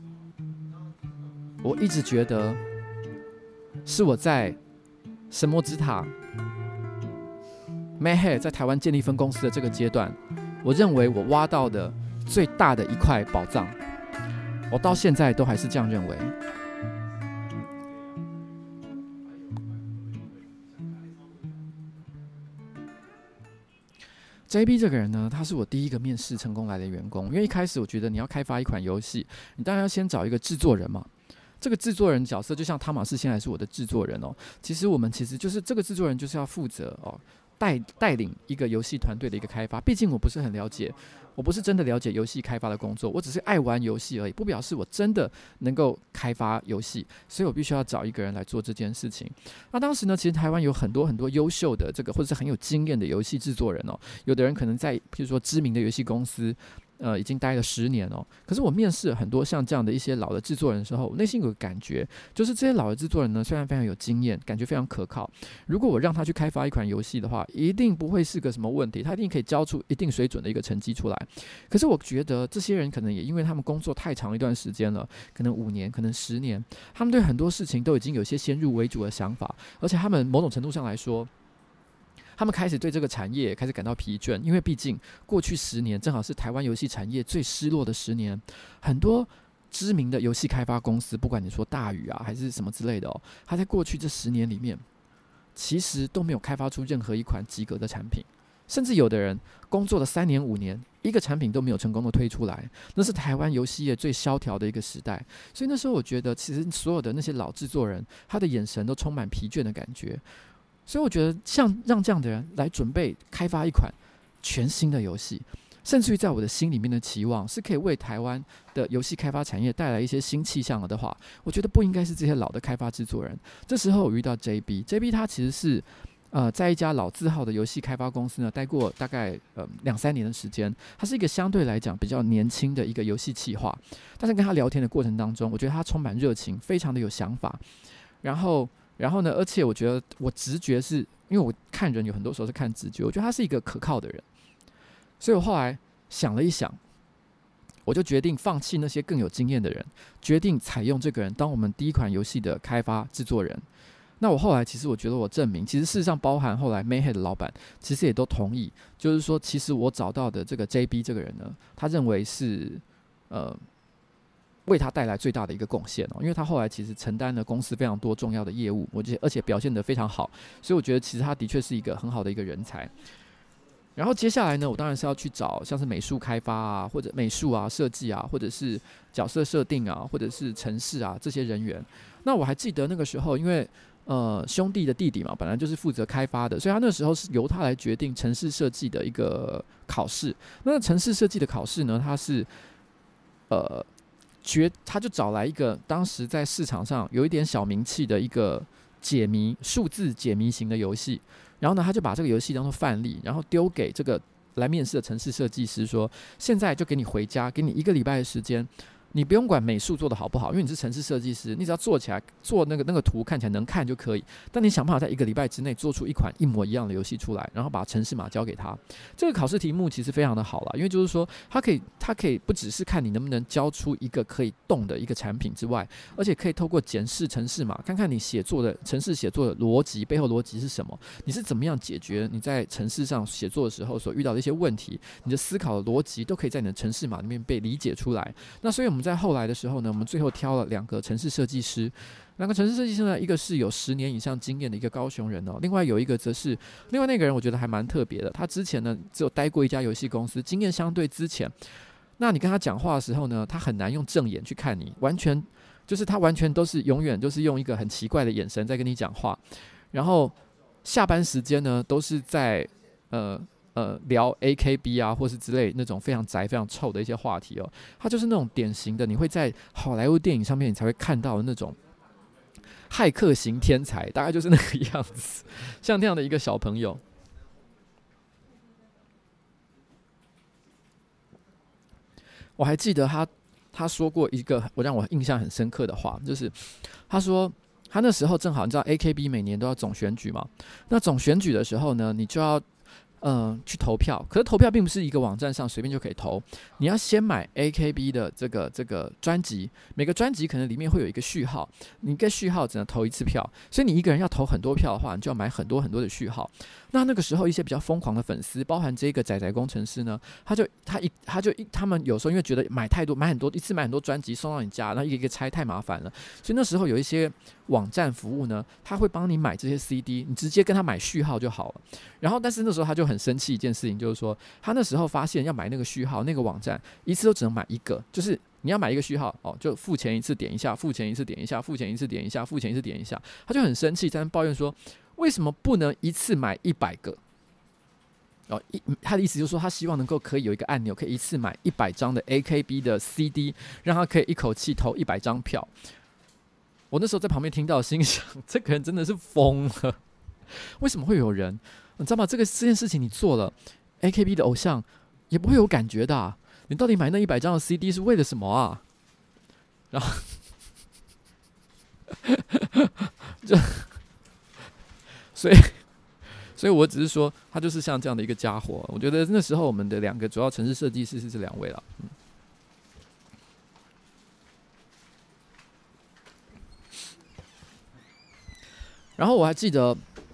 我一直觉得是我在神魔之塔 Mayhead 在台湾建立分公司的这个阶段，我认为我挖到的最大的一块宝藏，我到现在都还是这样认为。JB 这个人呢，他是我第一个面试成功来的员工，因为一开始我觉得你要开发一款游戏，你当然要先找一个制作人嘛。这个制作人角色就像汤马士现在是我的制作人哦。其实我们就是这个制作人就是要负责带领一个游戏团队的一个开发。毕竟我不是很了解，我不是真的了解游戏开发的工作，我只是爱玩游戏而已，不表示我真的能够开发游戏。所以我必须要找一个人来做这件事情。那当时呢，其实台湾有很多很多优秀的这个或者是很有经验的游戏制作人哦。有的人可能在譬如说知名的游戏公司。已经待了10年哦。可是我面试很多像这样的一些老的制作人的时候，我内心有个感觉，就是这些老的制作人呢，虽然非常有经验，感觉非常可靠，如果我让他去开发一款游戏的话，一定不会是个什么问题，他一定可以交出一定水准的一个成绩出来。可是我觉得这些人可能也因为他们工作太长一段时间了，可能5年，可能10年，他们对很多事情都已经有些先入为主的想法，而且他们某种程度上来说，他们开始对这个产业开始感到疲倦，因为毕竟过去10年正好是台湾游戏产业最失落的10年，很多知名的游戏开发公司，不管你说大宇啊还是什么之类的哦，他在过去这10年里面，其实都没有开发出任何一款及格的产品，甚至有的人工作了3年5年一个产品都没有成功的推出来，那是台湾游戏业最萧条的一个时代。所以那时候我觉得，其实所有的那些老制作人，他的眼神都充满疲倦的感觉。所以我觉得，像让这样的人来准备开发一款全新的游戏，甚至于在我的心里面的期望，是可以为台湾的游戏开发产业带来一些新气象了的话，我觉得不应该是这些老的开发制作人。这时候我遇到 JB 他其实是在一家老字号的游戏开发公司呢待过大概2-3年的时间，他是一个相对来讲比较年轻的一个游戏企划，但是跟他聊天的过程当中，我觉得他充满热情，非常的有想法。然后呢，而且我觉得我直觉是因为我看人有很多时候是看直觉，我觉得他是一个可靠的人，所以我后来想了一想，我就决定放弃那些更有经验的人，决定采用这个人当我们第一款游戏的开发制作人。那我后来其实我觉得我证明，其实事实上包含后来 Mayhead 的老板其实也都同意，就是说其实我找到的这个 JB 这个人呢，他认为是为他带来最大的一个贡献因为他后来其实承担了公司非常多重要的业务，而且表现得非常好，所以我觉得其实他的确是一个很好的一个人才。然后接下来呢，我当然是要去找像是美术开发啊，或者美术啊、设计啊，或者是角色设定啊，或者是程式啊这些人员。那我还记得那个时候，因为兄弟的弟弟嘛，本来就是负责开发的，所以他那时候是由他来决定程式设计的一个考试。那程式设计的考试呢，他是他就找来一个当时在市场上有一点小名气的一个数字解谜型的游戏，然后呢，他就把这个游戏当作范例，然后丢给这个来面试的程式设计师说，现在就给你回家，给你1个礼拜的时间。你不用管美术做得好不好，因为你是程式设计师，你只要做起来做那个图看起来能看就可以。但你想办法在1个礼拜之内做出一款一模一样的游戏出来，然后把程式码交给他。这个考试题目其实非常的好啦，因为就是说它可以不只是看你能不能交出一个可以动的一个产品之外，而且可以透过检视程式码，看看你程式写作的逻辑背后逻辑是什么，你是怎么样解决你在程式上写作的时候所遇到的一些问题，你的思考的逻辑都可以在你的程式码里面被理解出来。那所以我们在后来的时候呢，我们最后挑了2个程式设计师。2个程式设计师呢，一个是有10年以上经验的一个高雄人另外有一个则是另外那个人，我觉得还蛮特别的。他之前呢只有待过一家游戏公司，经验相对之前。那你跟他讲话的时候呢，他很难用正眼去看你，他完全都是永远都是用一个很奇怪的眼神在跟你讲话。然后下班时间呢，都是在聊 AKB 啊，或是之类那种非常宅、非常臭的一些话题他就是那种典型的，你会在好莱坞电影上面你才会看到的那种骇客型天才，大概就是那个样子，像那样的一个小朋友。我还记得他说过一个让我印象很深刻的话，就是他说他那时候正好你知道 AKB 每年都要总选举嘛，那总选举的时候呢，你就要去投票，可是投票并不是一个网站上随便就可以投，你要先买 AKB 的这个专辑，每个专辑可能里面会有一个序号，你一个序号只能投1次票，所以你一个人要投很多票的话，你就要买很多很多的序号。那个时候一些比较疯狂的粉丝，包含这个仔仔工程师呢，他们有时候因为觉得一次买很多专辑送到你家，然后一个一个拆太麻烦了，所以那时候有一些网站服务呢，他会帮你买这些 CD， 你直接跟他买序号就好了。然后但是那时候他就很生气一件事情，就是说他那时候发现要买那个序号，那个网站一次都只能买1个，就是你要买一个序号就付钱一次点一下，付钱一次点一下，付钱一次点一下，付钱一次点一下，他就很生气，在那抱怨说为什么不能一次买100个？他的意思就是说，他希望可以有一个按钮，可以一次买100张的 AKB 的 CD， 让他可以一口气投100张票。我那时候在旁边听到，心想这个人真的是疯了。为什么会有人？你知道吗？这件事情你做了 ，AKB 的偶像也不会有感觉的你到底买那100张的 CD 是为了什么啊？然后所以我只是说，他就是像这样的一个家伙。我觉得那时候我们的2个主要程式设计师是这2位了。然后我还记得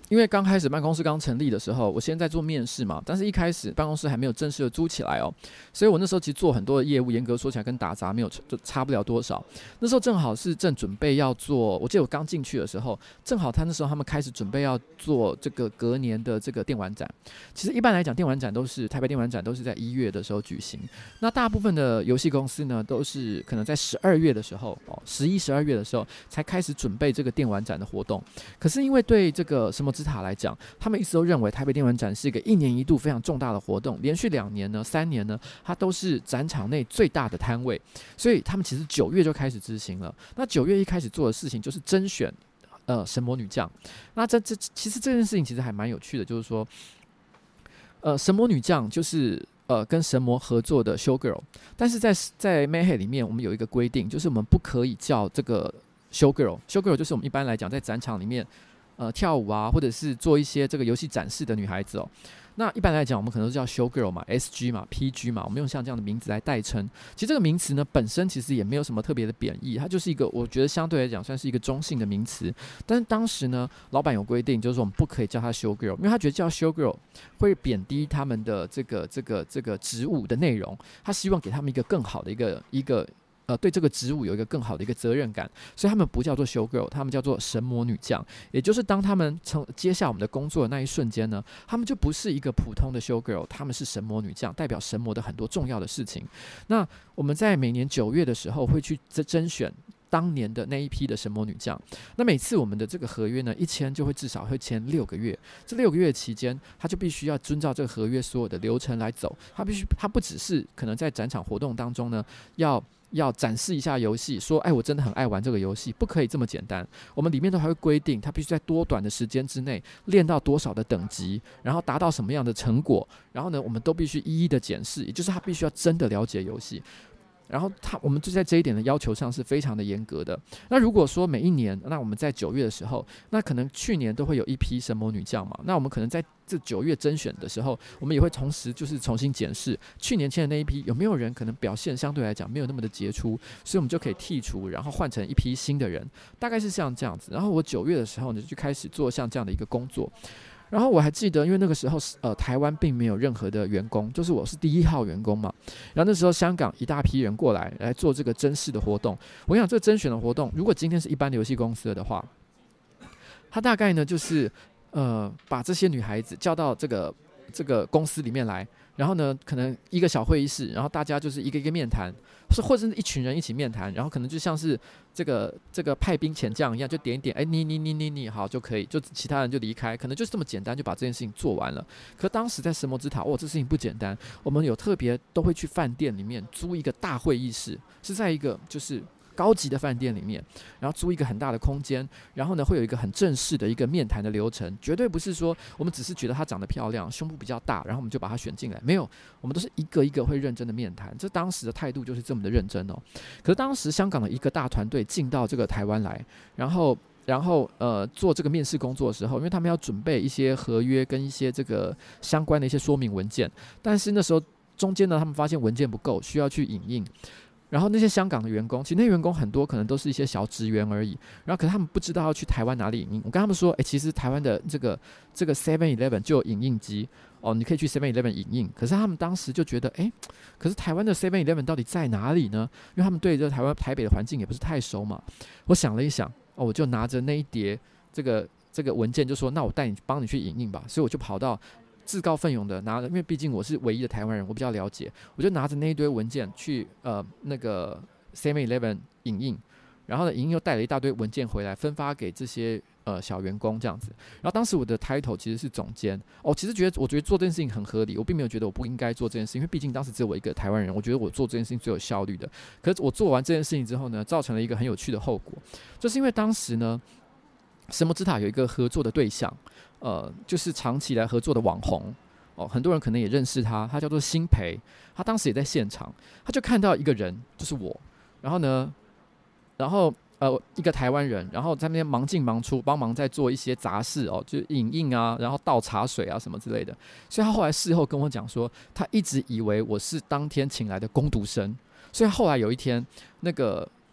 因为刚开始办公室刚成立的时候，我先在做面试嘛，但是一开始办公室还没有正式的租起来哦，所以我那时候其实做很多的业务，严格说起来跟打杂没有就差不了多少。那时候正好是正准备要做，我记得我刚进去的时候，正好那时候他们开始准备要做这个隔年的这个电玩展。其实一般来讲，电玩展都是台北电玩展都是在1月的时候举行，那大部分的游戏公司呢，都是可能在12月的时候，11、12月的时候才开始准备这个电玩展的活动。可是因为对这个什么之塔来讲，他们一直都认为台北电玩展是一个1年1度非常重大的活动，连续2年呢、3年呢，它都是展场内最大的摊位，所以他们其实9月就开始执行了。那9月一开始做的事情就是甄选神魔女将。那其实这件事情其实还蛮有趣的，就是说，神魔女将就是跟神魔合作的 show girl， 但是在 Mayhem 里面，我们有一个规定，就是我们不可以叫这个 show girl。show girl 就是我们一般来讲在展场里面跳舞啊，或者是做一些这个游戏展示的女孩子哦。那一般来讲，我们可能都叫 show girl 嘛、SG 嘛、PG 嘛，我们用像这样的名字来代称。其实这个名词呢，本身其实也没有什么特别的贬义，它就是一个我觉得相对来讲算是一个中性的名词。但是当时呢，老板有规定，就是说我们不可以叫她 show girl， 因为他觉得叫 show girl 会贬低他们的这个职务的内容，他希望给他们一个更好的一个对这个职务有一个更好的一个责任感，所以他们不叫做 show girl， 他们叫做神魔女将。也就是当他们接下我们的工作的那一瞬间呢，他们就不是一个普通的 show girl， 他们是神魔女将，代表神魔的很多重要的事情。那我们在每年9月的时候会去甄选当年的那一批的神魔女将。那每次我们的这个合约呢，一签就会至少会签6个月。这6个月期间，他就必须要遵照这个合约所有的流程来走。他不只是可能在展场活动当中呢，要展示一下游戏，说我真的很爱玩这个游戏，不可以这么简单。我们里面都还会规定，他必须在多短的时间之内练到多少的等级，然后达到什么样的成果，然后呢，我们都必须一一的检视，也就是他必须要真的了解游戏。然后我们就在这一点的要求上是非常的严格的。那如果说每一年，那我们在9月的时候，那可能去年都会有一批神魔女将嘛，那我们可能在这9月甄选的时候，我们也会同时就是重新检视去年签的那一批有没有人可能表现相对来讲没有那么的杰出，所以我们就可以剔除，然后换成一批新的人，大概是像这样子。然后我9月的时候呢，就开始做像这样的一个工作。然后我还记得，因为那个时候台湾并没有任何的员工，就是我是第1号员工嘛。然后那时候香港一大批人过来做这个甄试的活动。我想这个甄选的活动，如果今天是一般的游戏公司的话，他大概呢就是把这些女孩子叫到这个公司里面来，然后呢可能一个小会议室，然后大家就是一个一个面谈，或者是一群人一起面谈，然后可能就像是这个派兵遣将一样，就点一点，你好就可以，就其他人就离开，可能就是这么简单就把这件事情做完了。可当时在神魔之塔，这事情不简单，我们有特别都会去饭店里面租一个大会议室，是在一个就是高级的饭店里面，然后租一个很大的空间，然后呢会有一个很正式的一个面谈的流程，绝对不是说我们只是觉得她长得漂亮，胸部比较大，然后我们就把她选进来，没有，我们都是一个一个会认真的面谈，这当时的态度就是这么的认真哦。可是当时香港的一个大团队进到这个台湾来，然后做这个面试工作的时候，因为他们要准备一些合约跟一些这个相关的一些说明文件，但是那时候中间呢，他们发现文件不够，需要去影印。然后那些香港的员工，其实那些员工很多可能都是一些小职员而已，然后可是他们不知道要去台湾哪里影印。我跟他们说，其实台湾的这个 7-Eleven 就有影印机你可以去 7-Eleven 影印。可是他们当时就觉得，可是台湾的 7-Eleven 到底在哪里呢？因为他们对这台北的环境也不是太熟嘛。我想了一想，我就拿着那一叠这个文件，就说那我帮你去影印吧。所以我就跑到自告奋勇的拿着，因为毕竟我是唯一的台湾人，我比较了解，我就拿着那一堆文件去那个 7-Eleven 影印，然后呢影印又带了一大堆文件回来，分发给这些小员工这样子。然后当时我的 title 其实是总监，其实我觉得做这件事情很合理，我并没有觉得我不应该做这件事情，因为毕竟当时只有我一个台湾人，我觉得我做这件事情最有效率的。可是我做完这件事情之后呢，造成了一个很有趣的后果，就是因为当时呢神魔之塔有一个合作的对象，就是长期来合作的网红很多人可能也认识他，他叫做辛培，他当时也在现场，他就看到一个人，就是我，然后一个台湾人，然后在那边忙进忙出，帮忙在做一些杂事就影印啊，然后倒茶水啊什么之类的，所以他后来事后跟我讲说，他一直以为我是当天请来的工读生，所以后来有一天那个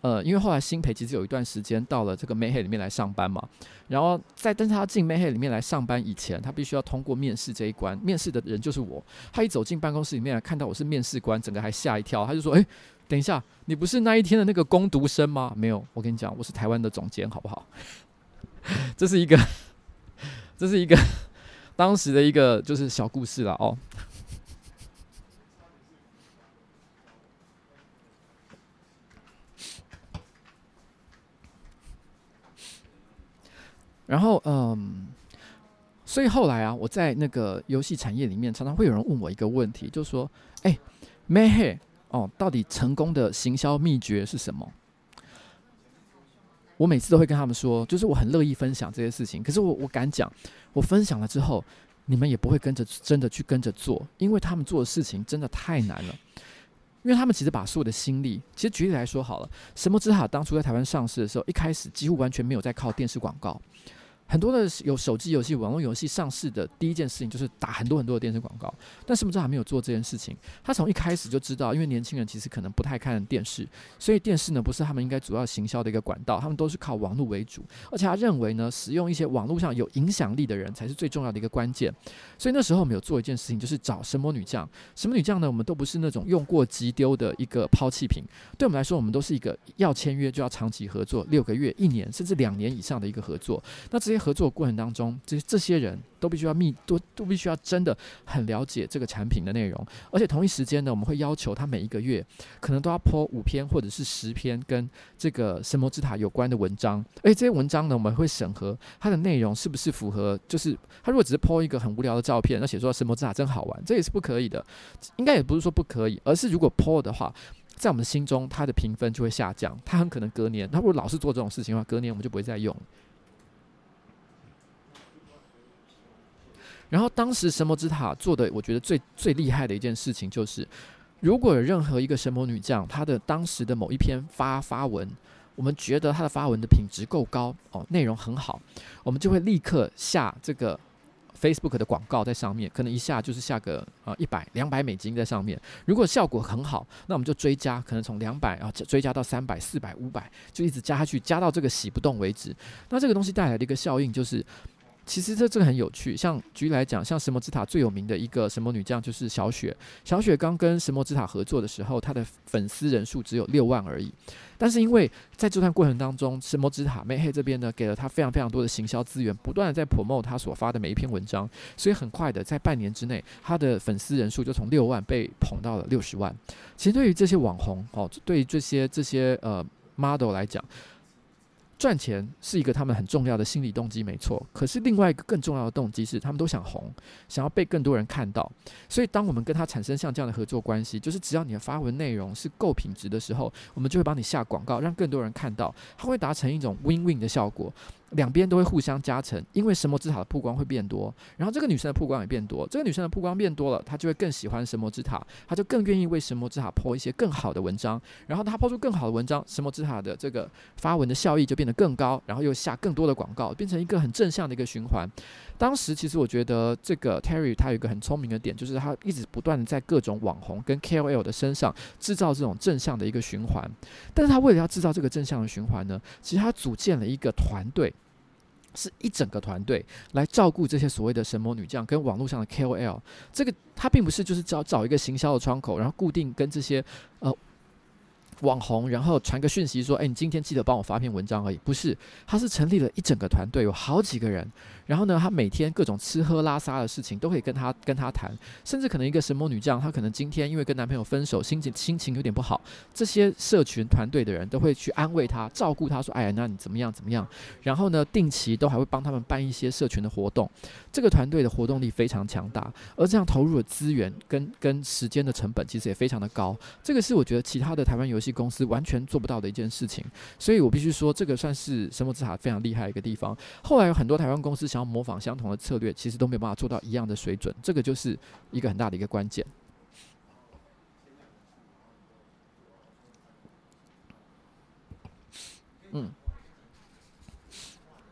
因为后来新培其实有一段时间到了这个 Mayhe 里面来上班嘛，然后但是他进 Mayhe 里面来上班以前，他必须要通过面试这一关，面试的人就是我。他一走进办公室里面来，看到我是面试官，整个还吓一跳，他就说：“等一下，你不是那一天的那个工读生吗？”没有，我跟你讲，我是台湾的总监，好不好？这是一个当时的一个就是小故事啦哦。然后所以后来啊，我在那个游戏产业里面，常常会有人问我一个问题，就是说，Mayhe 哦，到底成功的行销秘诀是什么？我每次都会跟他们说，就是我很乐意分享这些事情，可是我敢讲，我分享了之后，你们也不会真的去跟着做，因为他们做的事情真的太难了。因为他们其实把所有的心力，其实举例来说好了，神魔之塔当初在台湾上市的时候，一开始几乎完全没有在靠电视广告。很多的有手机游戏、网络游戏上市的第一件事情就是打很多的电视广告，但神魔之塔没有做这件事情。他从一开始就知道，因为年轻人其实可能不太看电视，所以电视呢不是他们应该主要行销的一个管道，他们都是靠网络为主。而且他认为呢，使用一些网络上有影响力的人才是最重要的一个关键。所以那时候我们有做一件事情，就是找神魔女将。神魔女将呢，我们都不是那种用过即丢的一个抛弃品，对我们来说，我们都是一个要签约就要长期合作，6个月、1年甚至2年以上的一个合作。那这些合作过程当中，这些人都必须要都必须要真的很了解这个产品的内容，而且同一时间呢，我们会要求他每一个月可能都要 po 5篇或者是10篇跟这个神魔之塔有关的文章，而且这些文章呢，我们会审核它的内容是不是符合，就是他如果只是 po 一个很无聊的照片，那写说神魔之塔真好玩，这也是不可以的。应该也不是说不可以，而是如果 po 的话，在我们心中它的评分就会下降，它很可能隔年，他如果老是做这种事情的话，隔年我们就不会再用。然后当时神魔之塔做的，我觉得最厉害的一件事情就是，如果有任何一个神魔女将，她的当时的某一篇发文，我们觉得她的发文的品质够高哦，内容很好，我们就会立刻下这个 Facebook 的广告在上面，可能一下就是下个100、$200在上面。如果效果很好，那我们就追加，可能从200然后追加到300、400、500，就一直加下去，加到这个洗不动为止。那这个东西带来的一个效应就是。其实这个很有趣，像举例来讲，像神魔之塔最有名的一个神魔女将就是小雪。小雪刚跟神魔之塔合作的时候，她的粉丝人数只有6万而已。但是因为在这段过程当中，神魔之塔 Mayhe 这边呢，给了她非常非常多的行销资源，不断的在 promote 她所发的每一篇文章，所以很快的在半年之内，她的粉丝人数就从6万被捧到了60万。其实对于这些网红对于这些model 来讲，赚钱是一个他们很重要的心理动机，没错。可是另外一个更重要的动机是，他们都想红，想要被更多人看到。所以，当我们跟他产生像这样的合作关系，就是只要你的发文内容是够品质的时候，我们就会帮你下广告，让更多人看到，它会达成一种 win-win 的效果。两边都会互相加成，因为神魔之塔的曝光会变多，然后这个女生的曝光也变多，这个女生的曝光变多了，她就会更喜欢神魔之塔，她就更愿意为神魔之塔 po 一些更好的文章，然后她 po 出更好的文章，神魔之塔的这个发文的效益就变得更高，然后又下更多的广告，变成一个很正向的一个循环。当时其实我觉得这个 Terry 他有一个很聪明的点，就是他一直不断的在各种网红跟 KOL 的身上制造这种正向的一个循环，但是他为了要制造这个正向的循环呢，其实他组建了一个团队。是一整个团队来照顾这些所谓的神魔女将跟网络上的 KOL， 这个他并不是就是找一个行销的窗口，然后固定跟这些网红，然后传个讯息说，你今天记得帮我发篇文章而已，不是，他是成立了一整个团队，有好几个人，然后呢，他每天各种吃喝拉撒的事情都可以跟他谈，甚至可能一个神魔女将，她可能今天因为跟男朋友分手，心情有点不好，这些社群团队的人都会去安慰她，照顾她，说，哎呀，那你怎么样，然后呢，定期都还会帮他们办一些社群的活动，这个团队的活动力非常强大，而这样投入的资源跟时间的成本其实也非常的高，这个是我觉得其他的台湾游戏公司完全做不到的一件事情，所以我必须说，这个算是神魔之塔非常厉害的一个地方。后来有很多台湾公司想要模仿相同的策略，其实都没有办法做到一样的水准，这个就是一个很大的一个关键。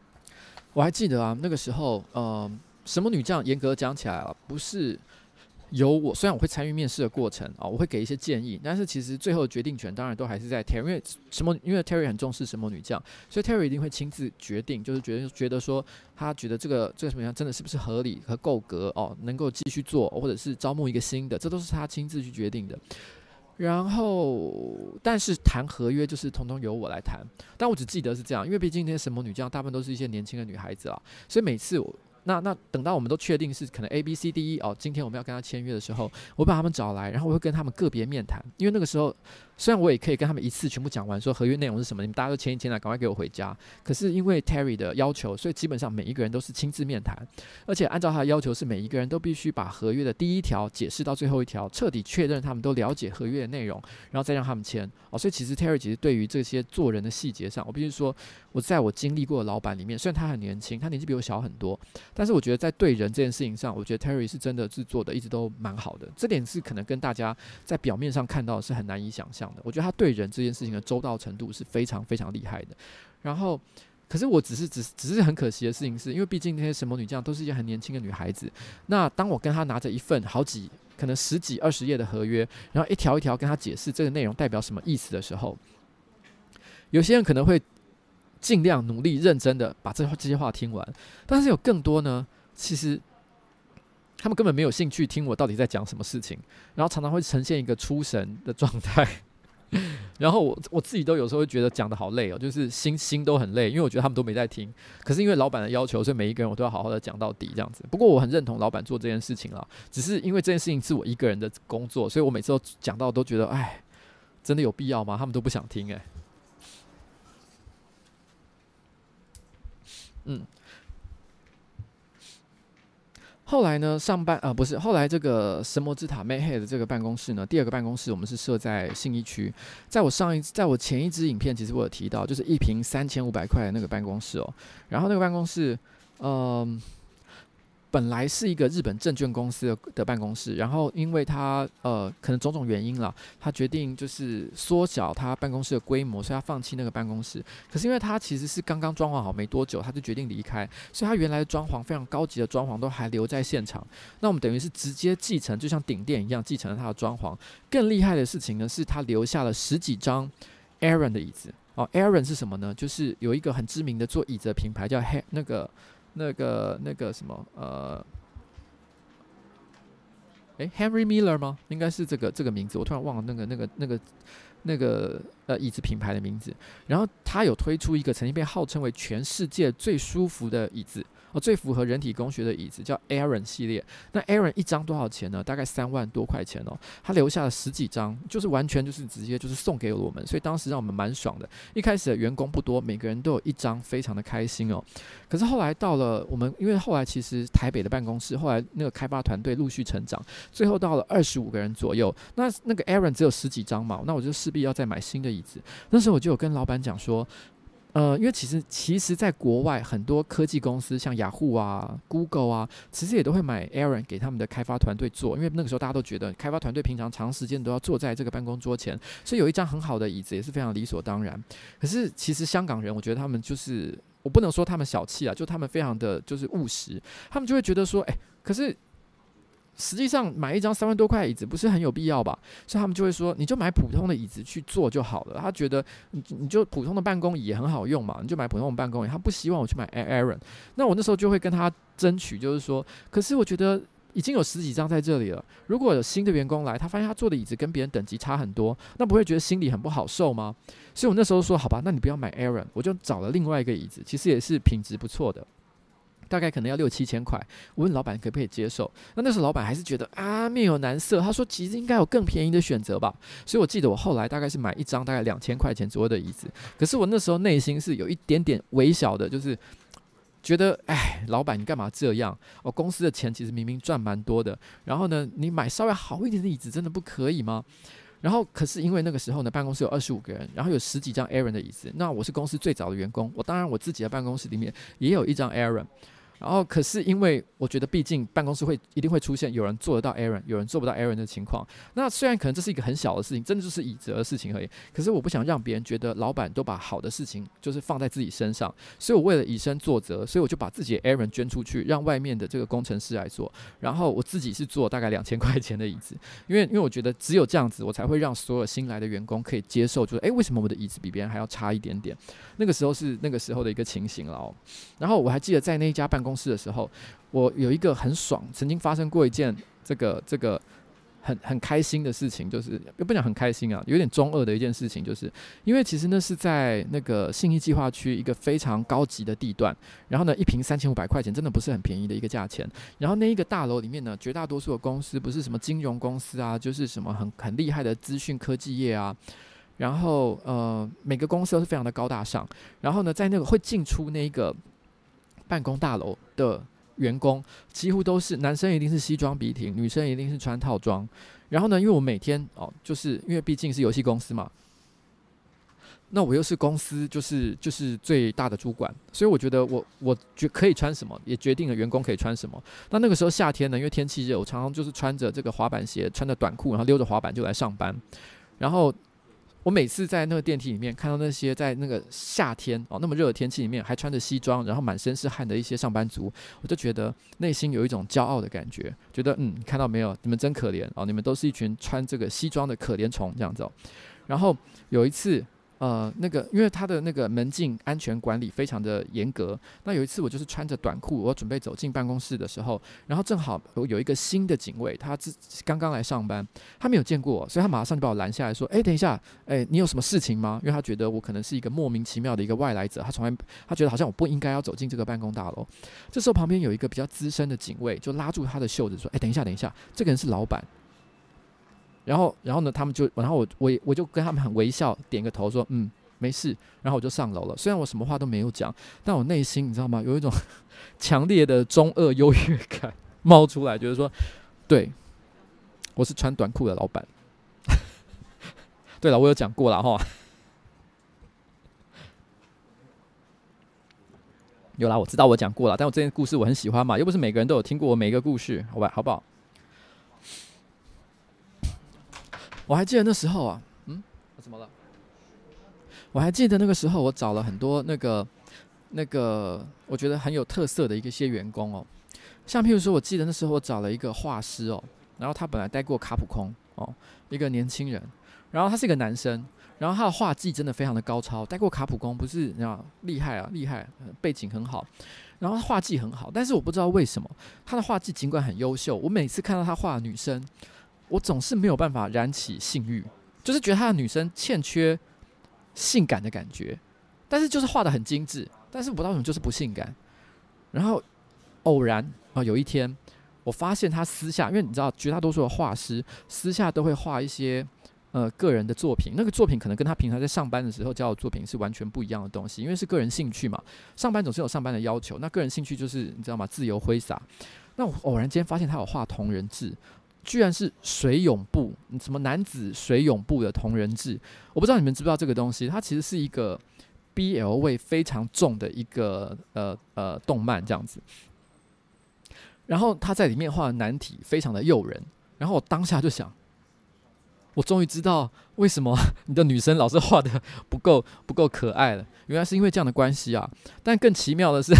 我还记得啊，那个时候，神魔女将严格讲起来啊，不是由我，虽然我会参与面试的过程我会给一些建议，但是其实最后的决定权当然都还是在 Terry， 因为 Terry 很重视神魔女将，所以 Terry 一定会亲自决定，就是觉得说他觉得这个什么样真的是不是合理和够格能够继续做，或者是招募一个新的，这都是他亲自去决定的。然后，但是谈合约就是统统由我来谈，但我只记得是这样，因为毕竟那些神魔女将大部分都是一些年轻的女孩子啦，所以每次那等到我们都确定是可能 ABCDE 今天我们要跟他签约的时候，我把他们找来，然后我会跟他们个别面谈，因为那个时候虽然我也可以跟他们一次全部讲完，说合约内容是什么，你们大家都签一签来，赶快给我回家。可是因为 Terry 的要求，所以基本上每一个人都是亲自面谈，而且按照他的要求是每一个人都必须把合约的第一条解释到最后一条，彻底确认他们都了解合约的内容，然后再让他们签所以其实 Terry 其实对于这些做人的细节上，我必须说，我在我经历过的老板里面，虽然他很年轻，他年纪比我小很多，但是我觉得在对人这件事情上，我觉得 Terry 是真的是做的一直都蛮好的，这点是可能跟大家在表面上看到的是很难以想象的。我觉得他对人这件事情的周到程度是非常非常厉害的。然后，可是我只是很可惜的事情是，因为毕竟那些神魔女将都是一些很年轻的女孩子。那当我跟她拿着一份可能10几20页的合约，然后一条一条跟她解释这个内容代表什么意思的时候，有些人可能会尽量努力认真的把这些话听完，但是有更多呢，其实他们根本没有兴趣听我到底在讲什么事情，然后常常会呈现一个出神的状态。然后我自己都有时候会觉得讲的好累就是心都很累，因为我觉得他们都没在听。可是因为老板的要求，所以每一个人我都要好好的讲到底这样子。不过我很认同老板做这件事情啦，只是因为这件事情是我一个人的工作，所以我每次都讲到都觉得，真的有必要吗？他们都不想听后来呢，不是，后来这个神魔之塔 Mayhead 的这个办公室呢，第二个办公室我们是设在信义区。在我前一支影片，其实我有提到，就是一坪3500块的那个办公室然后那个办公室，本来是一个日本证券公司的办公室，然后因为他可能种种原因啦，他决定就是缩小他办公室的规模，所以他放弃那个办公室。可是因为他其实是刚刚装潢好没多久，他就决定离开，所以他原来的装潢非常高级的装潢都还留在现场。那我们等于是直接继承，就像顶店一样继承了他的装潢。更厉害的事情呢，是他留下了10几张 Aaron 的椅子Aaron 是什么呢？就是有一个很知名的做椅子的品牌叫那个什么Henry Miller 吗？应该是这个名字，我突然忘了那个椅子品牌的名字。然后他有推出一个曾经被号称为全世界最舒服的椅子最符合人体工学的椅子，叫 Aaron 系列。那 Aaron 一张多少钱呢？大概3万多块钱他留下了10几张，就是完全就是直接就是送给我们，所以当时让我们蛮爽的。一开始的员工不多，每个人都有一张，非常的开心可是后来到了我们，因为后来其实台北的办公室，后来那个开发团队陆续成长，最后到了25个人左右。那个 Aaron 只有10几张嘛，那我就势必要再买新的椅子。那时候我就有跟老板讲说，因为其实在国外很多科技公司，像雅虎Google其实也都会买 Aaron 给他们的开发团队做，因为那个时候大家都觉得开发团队平常长时间都要坐在这个办公桌前，所以有一张很好的椅子也是非常理所当然。可是其实香港人，我觉得他们就是我不能说他们小气就他们非常的就是务实，他们就会觉得说，可是实际上买一张3万多块的椅子不是很有必要吧？所以他们就会说，你就买普通的椅子去坐就好了。他觉得你就普通的办公椅也很好用嘛，你就买普通的办公椅。他不希望我去买 Aaron。那我那时候就会跟他争取，就是说，可是我觉得已经有10几张在这里了，如果有新的员工来，他发现他坐的椅子跟别人等级差很多，那不会觉得心里很不好受吗？所以我那时候说，好吧，那你不要买 Aaron， 我就找了另外一个椅子，其实也是品质不错的。大概可能要6、7千块，我问老板可不可以接受？那时候老板还是觉得面有难色，他说其实应该有更便宜的选择吧。所以我记得我后来大概是买一张大概2000块钱左右的椅子，可是我那时候内心是有一点点微小的，就是觉得老板你干嘛这样？公司的钱其实明明赚蛮多的，然后呢，你买稍微好一点的椅子真的不可以吗？然后可是因为那个时候呢，办公室有25个人，然后有10几张 Aaron 的椅子，那我是公司最早的员工，当然我自己的办公室里面也有一张 Aaron。 然后可是因为我觉得毕竟办公室一定会出现有人做得到 errand， 有人做不到 errand 的情况。那虽然可能这是一个很小的事情，真的就是以责的事情而已，可是我不想让别人觉得老板都把好的事情就是放在自己身上，所以我为了以身作则，所以我就把自己的 errand 捐出去，让外面的这个工程师来做，然后我自己是做大概2000块钱的椅子，因为我觉得只有这样子，我才会让所有新来的员工可以接受，就是为什么我的椅子比别人还要差一点点？那个时候是那个时候的一个情形了哦。然后我还记得在那一家办公室的时候，我有一个很爽，曾经发生过一件这个很开心的事情，就是不讲很开心啊，有点中二的一件事情，就是因为其实那是在那个信义计划区一个非常高级的地段，然后呢一坪3500块钱，真的不是很便宜的一个价钱。然后那一个大楼里面呢，绝大多数的公司不是什么金融公司啊，就是什么很厉害的资讯科技业啊。然后每个公司都是非常的高大上。然后呢，在那个会进出那个办公大楼的员工，几乎都是男生一定是西装笔挺，女生一定是穿套装。然后呢，因为我每天就是因为毕竟是游戏公司嘛，那我又是公司就是最大的主管，所以我觉得我可以穿什么，也决定了员工可以穿什么。那个时候夏天呢，因为天气热，我常常就是穿着这个滑板鞋，穿着短裤，然后溜着滑板就来上班。然后我每次在那个电梯里面看到那些在那个夏天那么热的天气里面还穿着西装，然后满身是汗的一些上班族，我就觉得内心有一种骄傲的感觉，觉得你看到没有，你们真可怜你们都是一群穿这个西装的可怜虫这样子然后有一次因为他的那个门禁安全管理非常的严格。那有一次我就是穿着短裤，我准备走进办公室的时候，然后正好有一个新的警卫，他刚刚来上班，他没有见过我，所以他马上就把我拦下来说：“等一下，你有什么事情吗？”因为他觉得我可能是一个莫名其妙的一个外来者，他觉得好像我不应该要走进这个办公大楼。这时候旁边有一个比较资深的警卫就拉住他的袖子说：“等一下，这个人是老板。”然后呢，他们就，然后我就跟他们很微笑，点个头说没事，然后我就上楼了。虽然我什么话都没有讲，但我内心你知道吗，有一种强烈的中二优越感冒出来，就是说，对，我是穿短裤的老板。对了，我有讲过了哈，有啦，我知道我讲过了，但我这件故事我很喜欢嘛，又不是每个人都有听过我每一个故事，好不好？我还记得那时候怎么了？我还记得那个时候，我找了很多那个我觉得很有特色的一些员工像譬如说，我记得那时候我找了一个画师然后他本来待过卡普空一个年轻人，然后他是一个男生，然后他的画技真的非常的高超，待过卡普空不是你知道厉害，背景很好，然后他画技很好，但是我不知道为什么他的画技尽管很优秀，我每次看到他画的女生，我总是没有办法燃起性欲，就是觉得他的女生欠缺性感的感觉，但是就是画得很精致，但是我不知道为什么就是不性感。然后偶然有一天，我发现他私下，因为你知道绝大多数的画师私下都会画一些个人的作品，那个作品可能跟他平常在上班的时候交的作品是完全不一样的东西，因为是个人兴趣嘛，上班总是有上班的要求，那个人兴趣就是你知道吗，自由挥洒。那我偶然间发现他有画同人志，居然是水泳部，什么男子水泳部的同人志，我不知道你们知不知道这个东西，它其实是一个 BL 味非常重的一个动漫这样子。然后他在里面画的男体非常的诱人，然后我当下就想，我终于知道为什么你的女生老是画的不够可爱了，原来是因为这样的关系啊！但更奇妙的是，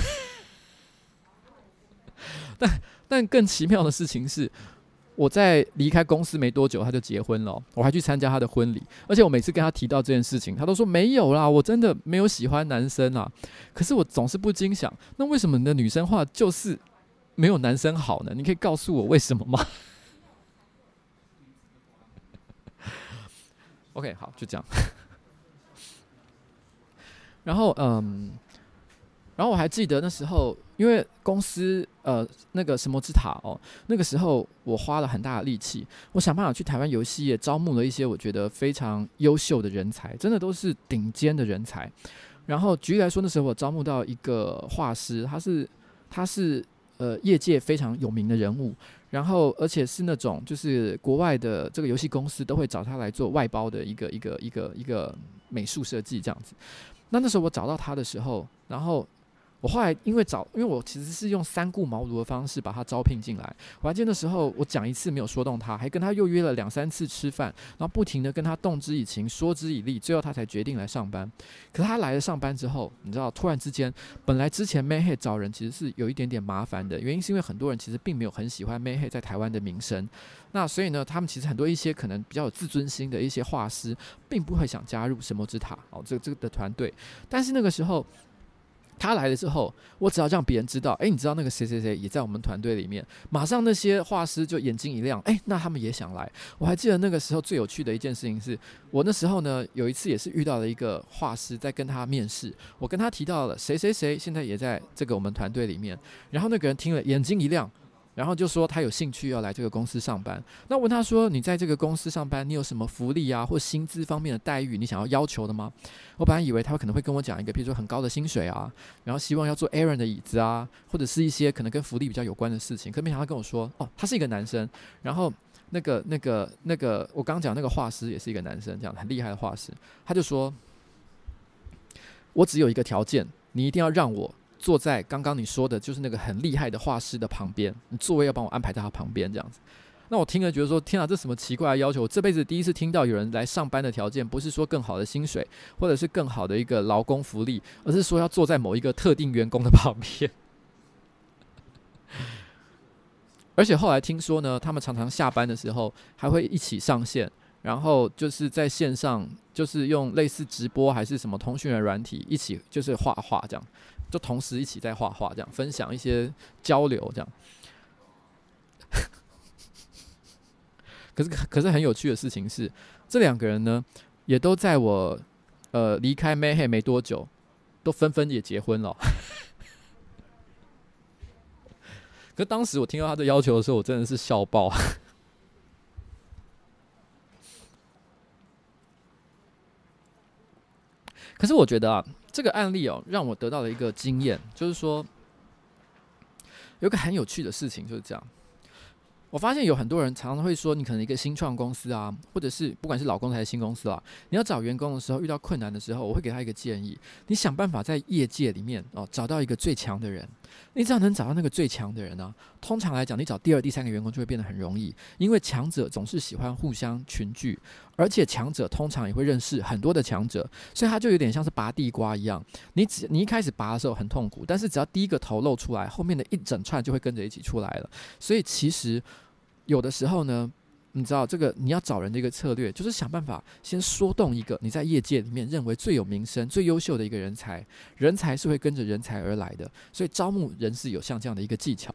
但更奇妙的事情是，我在离开公司没多久，他就结婚了我还去参加他的婚礼，而且我每次跟他提到这件事情，他都说没有啦，我真的没有喜欢男生啦。可是我总是不禁想，那为什么你的女生画就是没有男生好呢？你可以告诉我为什么吗？OK， 好，就这样。然后我还记得那时候，因为公司那个什么之塔那个时候我花了很大的力气，我想办法去台湾游戏业招募了一些我觉得非常优秀的人才，真的都是顶尖的人才。然后举例来说，那时候我招募到一个画师，他是业界非常有名的人物，然后而且是那种就是国外的这个游戏公司都会找他来做外包的一个美术设计这样子。那时候我找到他的时候，然后我后来因为我其实是用三顾茅庐的方式把他招聘进来。我还记得那时候我讲一次没有说动他，还跟他又约了2-3次吃饭，然后不停的跟他动之以情，说之以理，最后他才决定来上班。可是他来了上班之后，你知道，突然之间，本来之前 Mayhe 找人其实是有一点点麻烦的，原因是因为很多人其实并没有很喜欢 Mayhe 在台湾的名声。那所以呢，他们其实很多一些可能比较有自尊心的一些画师，并不会想加入神魔之塔这个的团队。但是那个时候他来了之后，我只要让别人知道，你知道那个谁谁谁也在我们团队里面，马上那些画师就眼睛一亮，那他们也想来。我还记得那个时候最有趣的一件事情是，我那时候呢有一次也是遇到了一个画师在跟他面试，我跟他提到了谁谁谁现在也在这个我们团队里面，然后那个人听了眼睛一亮，然后就说他有兴趣要来这个公司上班。那问他说，你在这个公司上班，你有什么福利啊或薪资方面的待遇你想要求的吗？我本来以为他可能会跟我讲一个比如说很高的薪水啊，然后希望要做 Aaron 的椅子啊，或者是一些可能跟福利比较有关的事情。可没想到他跟我说，他是一个男生，然后那个我刚刚讲那个画师也是一个男生，这样很厉害的画师。他就说，我只有一个条件，你一定要让我坐在刚刚你说的就是那个很厉害的画师的旁边，你座位要帮我安排在他旁边这样子。那我听了觉得说，天啊，这什么奇怪的要求？我这辈子第一次听到有人来上班的条件不是说更好的薪水或者是更好的一个劳工福利，而是说要坐在某一个特定员工的旁边。而且后来听说呢，他们常常下班的时候还会一起上线，然后就是在线上就是用类似直播还是什么通讯的软体一起就是画画这样，就同时一起在画画这样，分享一些交流这样。可是很有趣的事情是，这两个人呢也都在我离开 Mayhe 没多久，都纷纷也结婚了。可是当时我听到他的要求的时候，我真的是笑爆。可是我觉得这个案例让我得到了一个经验，就是说有个很有趣的事情就是这样。我发现有很多人常常会说，你可能一个新创公司啊，或者是不管是老公司还是新公司啊，你要找员工的时候遇到困难的时候，我会给他一个建议，你想办法在业界里面找到一个最强的人。你只要能找到那个最强的人啊，通常来讲你找第2、第3个员工就会变得很容易，因为强者总是喜欢互相群聚，而且强者通常也会认识很多的强者，所以他就有点像是拔地瓜一样，你一开始拔的时候很痛苦，但是只要第一个头露出来，后面的一整串就会跟着一起出来了。所以其实有的时候呢，你知道这个你要找人的一个策略，就是想办法先说动一个你在业界里面认为最有名声、最优秀的一个人才，人才是会跟着人才而来的，所以招募人是有像这样的一个技巧。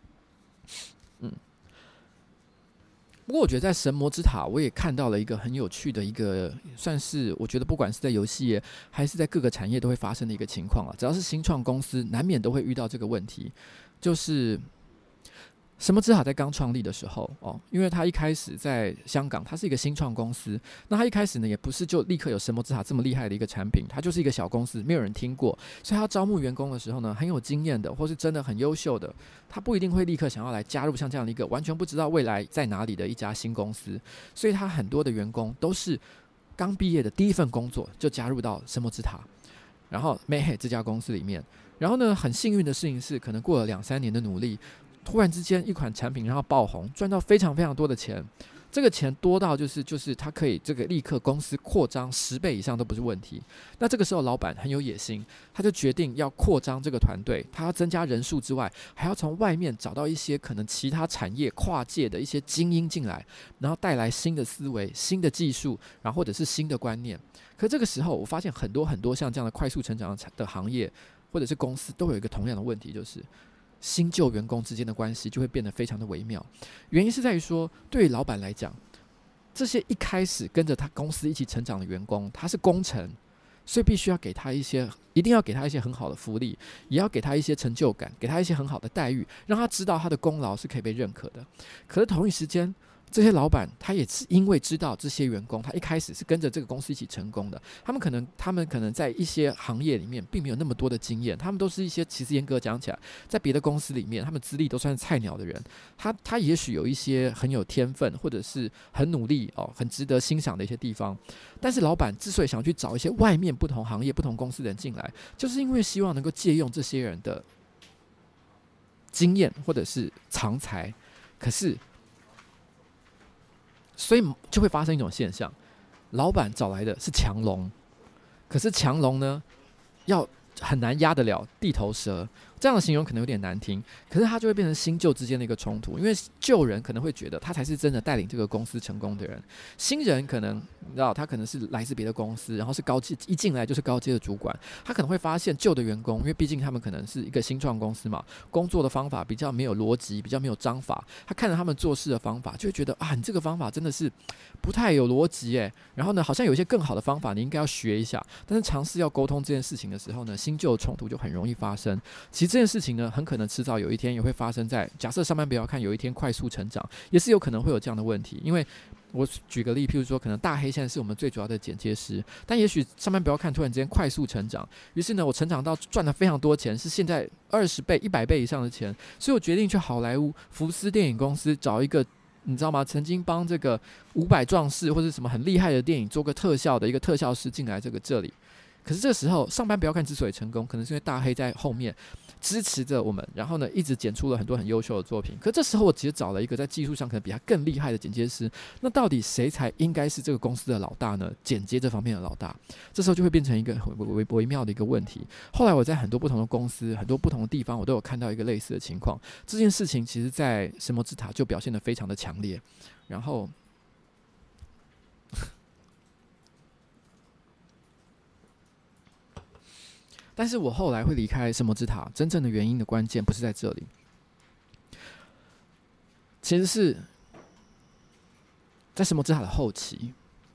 不过我觉得在神魔之塔，我也看到了一个很有趣的一个，算是我觉得不管是在游戏业还是在各个产业都会发生的一个情况只要是新创公司，难免都会遇到这个问题，就是神魔之塔在刚创立的时候因为他一开始在香港，他是一个新创公司，那他一开始呢也不是就立刻有神魔之塔这么厉害的一个产品，他就是一个小公司，没有人听过，所以他招募员工的时候呢，很有经验的或是真的很优秀的，他不一定会立刻想要来加入像这样的一个完全不知道未来在哪里的一家新公司，所以他很多的员工都是刚毕业的第一份工作就加入到神魔之塔，然后 Mayhe 这家公司里面，然后呢很幸运的事情是，可能过了2-3年的努力，突然之间一款产品让它爆红，赚到非常非常多的钱，这个钱多到就是他可以这个立刻公司扩张10倍以上都不是问题。那这个时候老板很有野心，他就决定要扩张这个团队，他要增加人数之外，还要从外面找到一些可能其他产业跨界的一些精英进来，然后带来新的思维、新的技术，然后或者是新的观念。可这个时候我发现很多很多像这样的快速成长的行业或者是公司都有一个同样的问题，就是新旧员工之间的关系就会变得非常的微妙。原因是在于说，对于老板来讲，这些一开始跟着他公司一起成长的员工，他是功臣，所以必须要给他一定要给他一些很好的福利，也要给他一些成就感，给他一些很好的待遇，让他知道他的功劳是可以被认可的。可是同一时间， 这些老板他也是因为知道这些员工他一开始是跟着这个公司一起成功的，他们可能在一些行业里面并没有那么多的经验，他们都是一些其实严格讲起来，在别的公司里面他们资历都算是菜鸟的人，他也许有一些很有天分或者是很努力很值得欣赏的一些地方，但是老板之所以想去找一些外面不同行业不同公司的人进来，就是因为希望能够借用这些人的经验或者是长才，可是所以就会发生一种现象，老板找来的是强龙，可是强龙呢，要很难压得了地头蛇。这样的形容可能有点难听，可是它就会变成新旧之间的一个冲突。因为旧人可能会觉得他才是真的带领这个公司成功的人，新人可能你知道他可能是来自别的公司，然后是高阶，一进来就是高阶的主管，他可能会发现旧的员工，因为毕竟他们可能是一个新创公司嘛，工作的方法比较没有逻辑，比较没有章法，他看着他们做事的方法，就会觉得啊，你这个方法真的是不太有逻辑耶。然后呢，好像有一些更好的方法，你应该要学一下。但是尝试要沟通这件事情的时候呢，新旧冲突就很容易发生。其实这件事情呢，很可能迟早有一天也会发生在假设上班不要看有一天快速成长，也是有可能会有这样的问题。因为我举个例，譬如说，可能大黑现在是我们最主要的剪接师，但也许上班不要看突然之间快速成长，于是呢，我成长到赚了非常多钱，是现在20倍、100倍以上的钱，所以我决定去好莱坞福斯电影公司找一个。你知道吗？曾经帮这个500壮士或者什么很厉害的电影做个特效的一个特效师进来这里，可是这个时候上班不要看之所以成功，可能是因为大黑在后面支持着我们，然后呢一直剪出了很多很优秀的作品。可这时候我其实找了一个在技术上可能比他更厉害的剪接师，那到底谁才应该是这个公司的老大呢？剪接这方面的老大，这时候就会变成一个很微妙的一个问题。后来我在很多不同的公司、很多不同的地方，我都有看到一个类似的情况。这件事情其实在神魔之塔就表现得非常的强烈，然后。但是我后来会离开神魔之塔，真正的原因的关键不是在这里，其实是在神魔之塔的后期。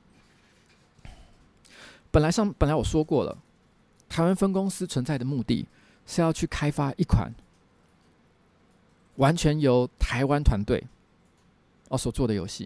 本来我说过了，台湾分公司存在的目的是要去开发一款完全由台湾团队所做的游戏。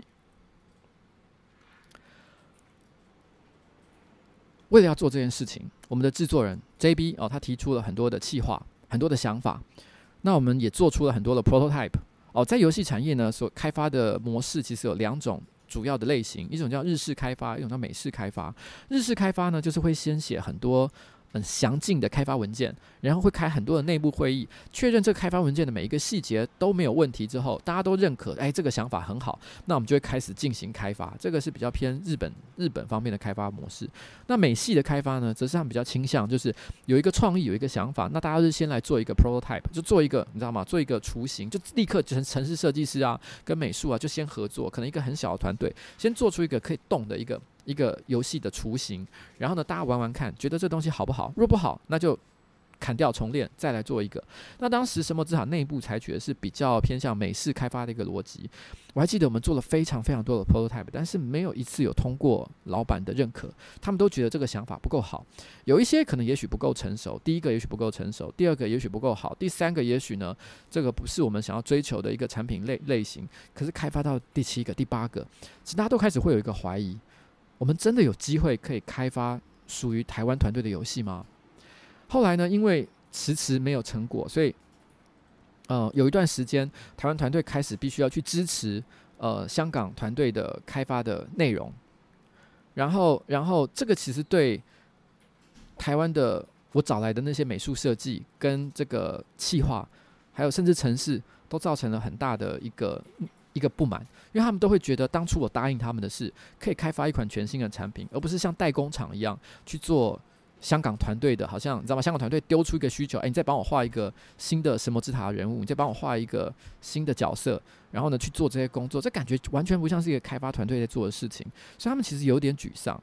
为了要做这件事情，我们的制作人 JB 他提出了很多的企划，很多的想法。那我们也做出了很多的 prototype。在游戏产业呢，所开发的模式其实有2种主要的类型，一种叫日式开发，一种叫美式开发。日式开发呢，就是会先写很多很详尽的开发文件，然后会开很多的内部会议，确认这个开发文件的每一个细节都没有问题之后，大家都认可，这个想法很好，那我们就会开始进行开发。这个是比较偏日本方面的开发模式。那美系的开发呢，则是他们比较倾向就是有一个创意，有一个想法，那大家是先来做一个 prototype， 就做一个你知道吗？做一个雏形，就立刻城市设计师啊跟美术啊就先合作，可能一个很小的团队先做出一个可以动的一个游戏的雏形，然后呢，大家玩玩看，觉得这东西好不好？若不好，那就砍掉重练，再来做一个。那当时神魔之塔内部采取的是比较偏向美式开发的一个逻辑。我还记得我们做了非常非常多的 prototype， 但是没有一次有通过老板的认可，他们都觉得这个想法不够好，有一些可能也许不够成熟，第一个也许不够成熟，第二个也许不够好，第三个也许呢，这个不是我们想要追求的一个产品类型。可是开发到第7个、第8个，其实大家都开始会有一个怀疑。我们真的有机会可以开发属于台湾团队的游戏吗？后来呢，因为迟迟没有成果，所以有一段时间，台湾团队开始必须要去支持香港团队的开发的内容。然后这个其实对台湾的我找来的那些美术设计跟这个企划，还有甚至程式，都造成了很大的一个不满，因为他们都会觉得当初我答应他们的是可以开发一款全新的产品，而不是像代工厂一样去做香港团队的，好像你知道吗？香港团队丢出一个需求，你再帮我画一个新的神魔之塔的人物，你再帮我画一个新的角色，然后呢去做这些工作，这感觉完全不像是一个开发团队在做的事情，所以他们其实有点沮丧。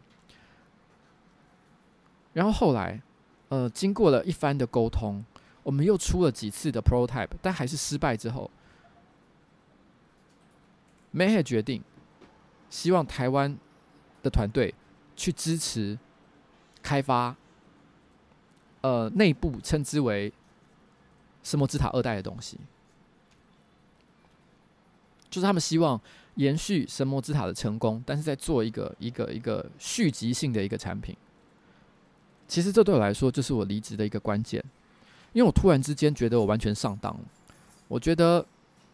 然后后来经过了一番的沟通，我们又出了几次的 prototype， 但还是失败之后，Mayhead 决定希望台湾的团队去支持开发内部称之为神魔之塔2代的东西，就是他们希望延续神魔之塔的成功，但是在做一个续集性的一个产品。其实这对我来说就是我离职的一个关键，因为我突然之间觉得我完全上当了。我觉得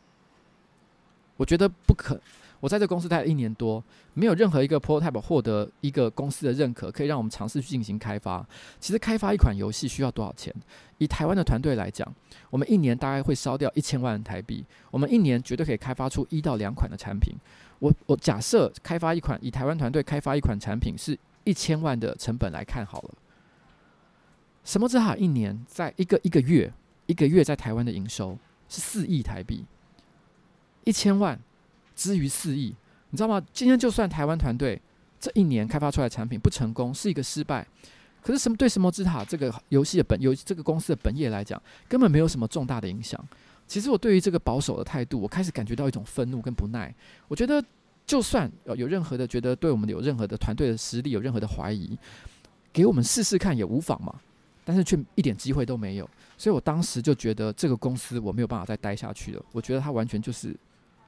不可，我在这公司待了1年多，没有任何一个 prototype 获得一个公司的认可，可以让我们尝试去进行开发。其实开发一款游戏需要多少钱？以台湾的团队来讲，我们1年大概会烧掉1000万台币，我们1年绝对可以开发出1到2款的产品。我假设以台湾团队开发一款产品是1000万的成本来看好了。神魔之塔1年在一个月在台湾的营收是4亿台币，1000万之于4亿，你知道吗？今天就算台湾团队这1年开发出来的产品不成功，是一个失败，可是对神魔之塔这个游戏的这个公司的本业来讲，根本没有什么重大的影响。其实我对于这个保守的态度，我开始感觉到一种愤怒跟不耐。我觉得，就算有任何的觉得对我们有任何的团队的实力有任何的怀疑，给我们试试看也无妨嘛。但是却一点机会都没有，所以我当时就觉得这个公司我没有办法再待下去了。我觉得它完全就是，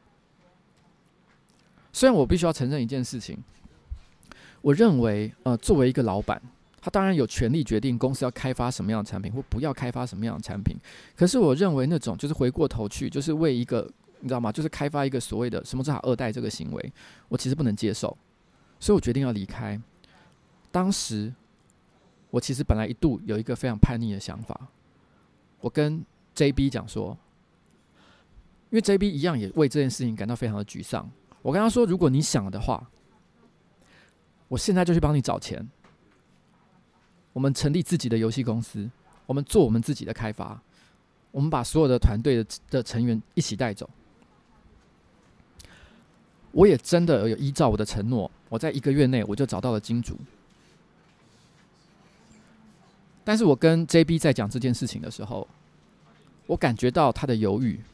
虽然我必须要承认一件事情，我认为作为一个老板，他当然有权利决定公司要开发什么样的产品或不要开发什么样的产品。可是我认为那种就是回过头去，就是为一个你知道吗？就是开发一个所谓的神魔之塔2代这个行为，我其实不能接受，所以我决定要离开。当时我其实本来一度有一个非常叛逆的想法，我跟 JB 讲说，因为 JB 一样也为这件事情感到非常的沮丧。我跟他说，如果你想的话，我现在就去帮你找钱，我们成立自己的游戏公司，我们做我们自己的开发，我们把所有的团队的成员一起带走。我也真的有依照我的承诺，我在1个月内我就找到了金主。但是我跟 JB 在讲这件事情的时候，我感觉到他的犹豫。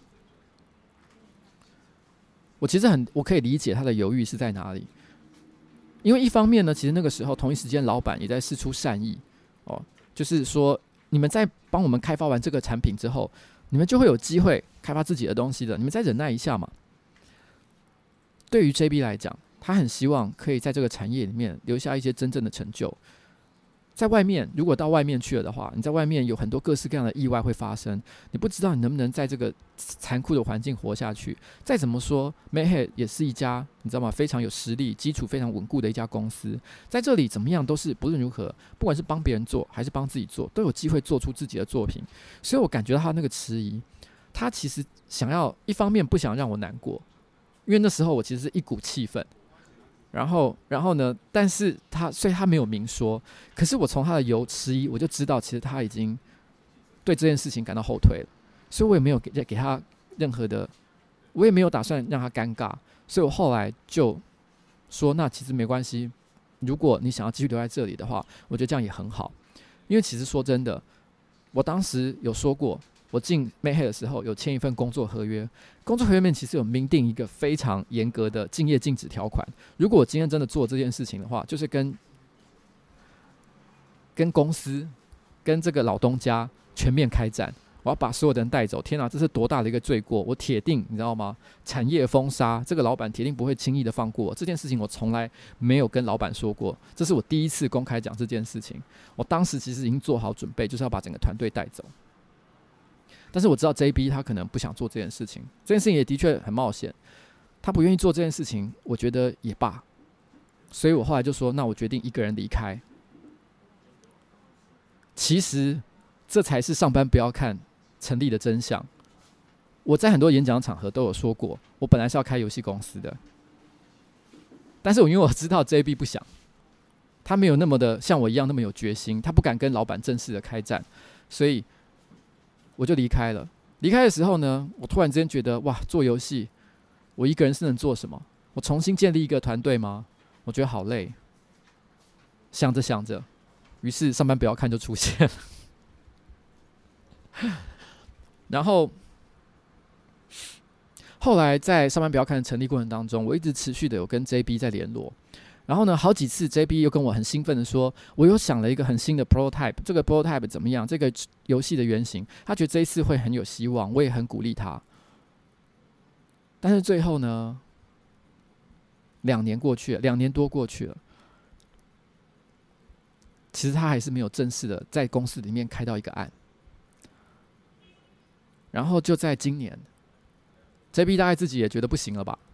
我其实我可以理解他的犹豫是在哪里，因为一方面呢，其实那个时候同一时间老板也在释出善意，就是说你们在帮我们开发完这个产品之后，你们就会有机会开发自己的东西的，你们再忍耐一下嘛。对于 JB 来讲，他很希望可以在这个产业里面留下一些真正的成就。在外面，如果到外面去了的话，你在外面有很多各式各样的意外会发生，你不知道你能不能在这个残酷的环境活下去。再怎么说 Mayhead 也是一家你知道吗？非常有实力、基础非常稳固的一家公司，在这里怎么样都是不论如何，不管是帮别人做还是帮自己做，都有机会做出自己的作品。所以我感觉到他那个迟疑，他其实想要一方面不想让我难过，因为那时候我其实是一股气愤。然后呢？但是所以他没有明说。可是我从他的迟疑，我就知道其实他已经对这件事情感到后退了。所以我也没有给他任何的，我也没有打算让他尴尬。所以我后来就说，那其实没关系。如果你想要继续留在这里的话，我觉得这样也很好。因为其实说真的，我当时有说过，我进 Mayhead 的时候有签一份工作合约，工作合约面其实有明定一个非常严格的竞业禁止条款。如果我今天真的做这件事情的话，就是跟公司、跟这个老东家全面开战，我要把所有的人带走。天哪，这是多大的一个罪过！我铁定，你知道吗？产业封杀，这个老板铁定不会轻易的放过我。这件事情我从来没有跟老板说过，这是我第一次公开讲这件事情。我当时其实已经做好准备，就是要把整个团队带走。但是我知道 JB 他可能不想做这件事情，这件事情也的确很冒险，他不愿意做这件事情，我觉得也罢。所以我后来就说，那我决定一个人离开。其实这才是上班不要看成立的真相。我在很多演讲场合都有说过，我本来是要开游戏公司的，但是因为我知道 JB 不想，他没有那么的像我一样那么有决心，他不敢跟老板正式的开战，所以我就离开了。离开的时候呢，我突然之间觉得，哇，做游戏，我一个人是能做什么？我重新建立一个团队吗？我觉得好累。想着想着，于是上班不要看就出现了。然后后来在上班不要看的成立过程当中，我一直持续的有跟 JB 在联络。然后呢，好几次 JB 又跟我很兴奋的说，我又想了一个很新的 prototype， 这个 prototype 怎么样？这个游戏的原型，他觉得这一次会很有希望，我也很鼓励他。但是最后呢， 2年过去了，2年多过去了，其实他还是没有正式的在公司里面开到一个案。然后就在今年 ，JB 大概自己也觉得不行了吧，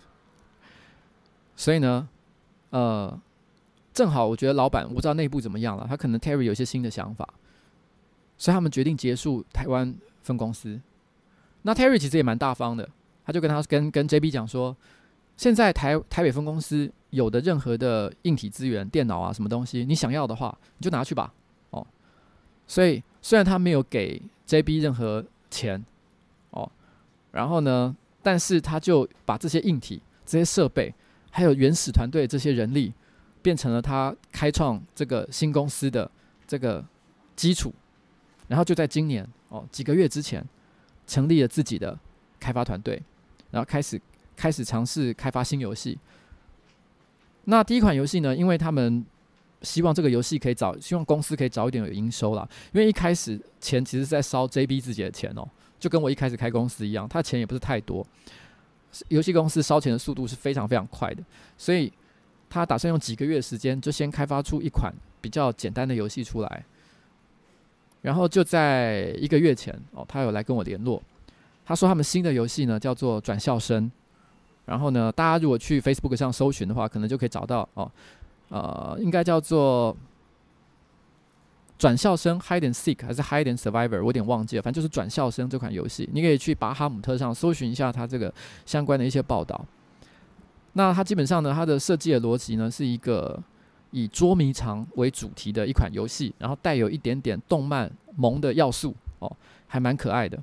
所以呢，正好我觉得老板我不知道内部怎么样了，他可能 Terry 有一些新的想法，所以他们决定结束台湾分公司。那 Terry 其实也蛮大方的，他就跟 JB 讲说，现在台北分公司有的任何的硬体资源、电脑啊什么东西，你想要的话，你就拿去吧。哦，所以虽然他没有给 JB 任何钱，哦，然后呢，但是他就把这些硬体、这些设备，还有原始团队这些人力，变成了他开创这个新公司的这个基础。然后就在今年几个月之前，成立了自己的开发团队，然后开始尝试开发新游戏。那第一款游戏呢，因为他们希望这个游戏希望公司可以早一点有营收啦。因为一开始钱其实是在烧 JB 自己的钱就跟我一开始开公司一样，他钱也不是太多。游戏公司烧钱的速度是非常非常快的，所以他打算用几个月的时间就先开发出一款比较简单的游戏出来。然后就在1个月前他有来跟我联络，他说他们新的游戏呢叫做转校生。然后呢，大家如果去 Facebook 上搜寻的话，可能就可以找到应该叫做转校生 Hide and Seek 还是 Hide and Survivor， 我有点忘记了，反正就是转校生这款游戏，你可以去巴哈姆特上搜寻一下它这个相关的一些报道。那它基本上呢，它的设计的逻辑呢是一个以捉迷藏为主题的一款游戏，然后带有一点点动漫萌的要素还蛮可爱的。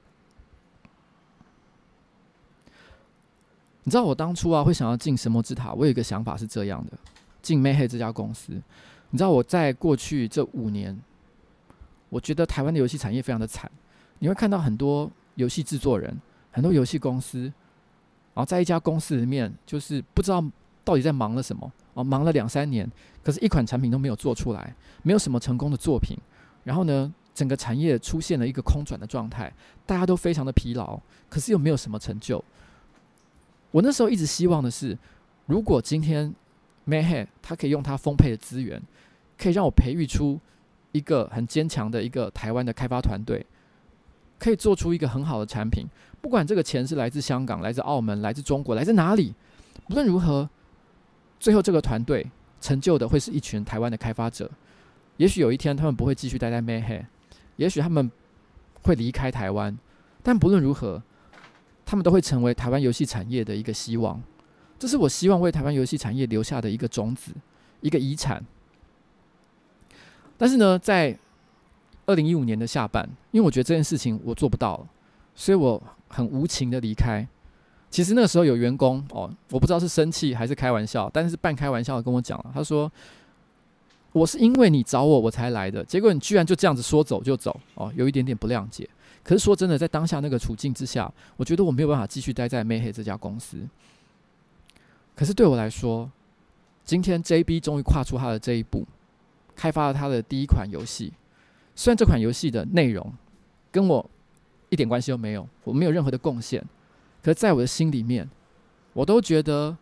你知道我当初会想要进神魔之塔，我有一个想法是这样的：进 Mayhem 这家公司。你知道我在过去这5年，我觉得台湾的游戏产业非常的惨。你会看到很多游戏制作人、很多游戏公司，然后在一家公司里面，就是不知道到底在忙了什么忙了2-3年，可是一款产品都没有做出来，没有什么成功的作品。然后呢，整个产业出现了一个空转的状态，大家都非常的疲劳，可是又没有什么成就。我那时候一直希望的是，如果今天 Mayhem 他可以用他丰沛的资源，可以让我培育出一个很坚强的一个台湾的开发团队，可以做出一个很好的产品。不管这个钱是来自香港、来自澳门、来自中国、来自哪里，无论如何，最后这个团队成就的会是一群台湾的开发者。也许有一天他们不会继续待在 Mayhem， 也许他们会离开台湾，但不论如何，他们都会成为台湾游戏产业的一个希望。这是我希望为台湾游戏产业留下的一个种子，一个遗产。但是呢，在2015年的下半，因为我觉得这件事情我做不到了，所以我很无情的离开。其实那个时候有员工我不知道是生气还是开玩笑，但是半开玩笑的跟我讲了，他说：“我是因为你找我才来的，结果你居然就这样子说走就走有一点点不谅解。”可是说真的，在当下那个处境之下，我觉得我没有办法继续待在 Mayhem 这家公司。可是对我来说，今天 JB 终于跨出他的这一步，开发了他的第一款游戏。虽然这款游戏的内容跟我一点关系都没有，我没有任何的贡献，可是在我的心里面，我都觉得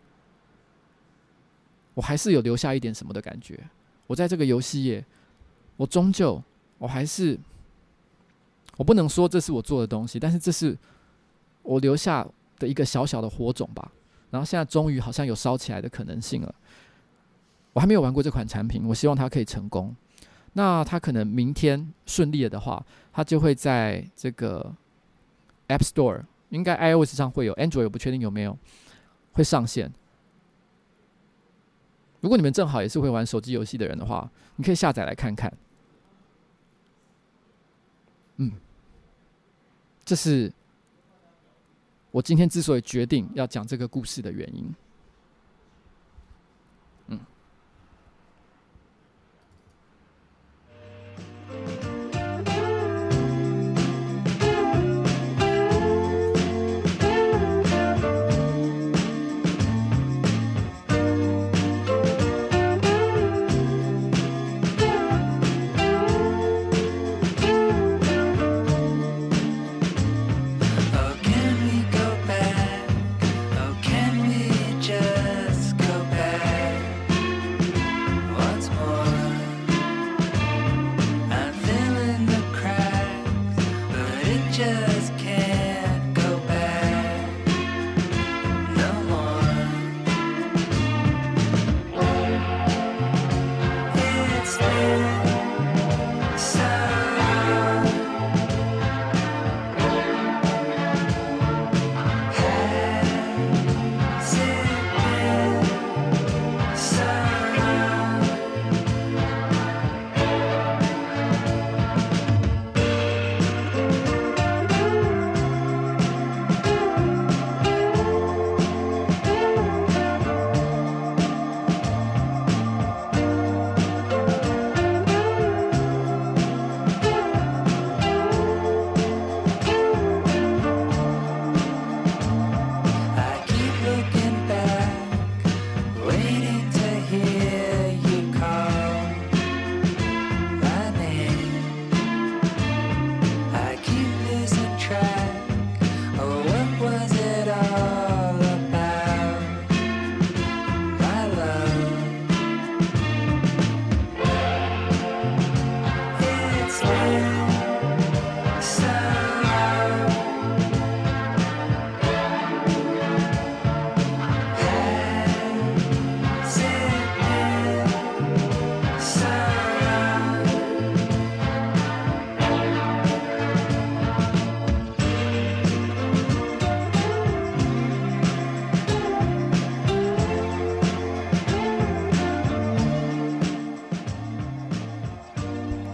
我还是有留下一点什么的感觉。我在这个游戏业，我终究我不能说这是我做的东西，但是这是我留下的一个小小的火种吧。然后现在终于好像有烧起来的可能性了。我还没有玩过这款产品，我希望它可以成功。那它可能明天顺利了的话，它就会在这个 App Store， 应该 iOS 上会有， Android 我不确定有没有会上线。如果你们正好也是会玩手机游戏的人的话，你可以下载来看看。这是我今天之所以决定要讲这个故事的原因。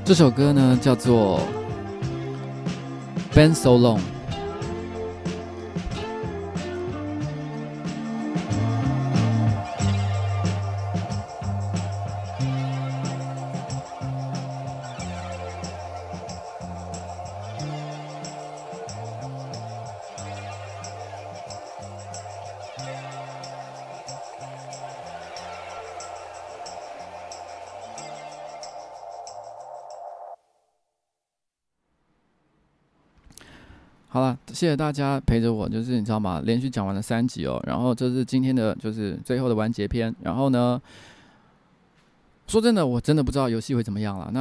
这首歌呢叫做《Been So Long》。好了，谢谢大家陪着我，就是你知道吗？连续讲完了3集哦，然后这是今天的就是最后的完结篇。然后呢，说真的，我真的不知道游戏会怎么样了。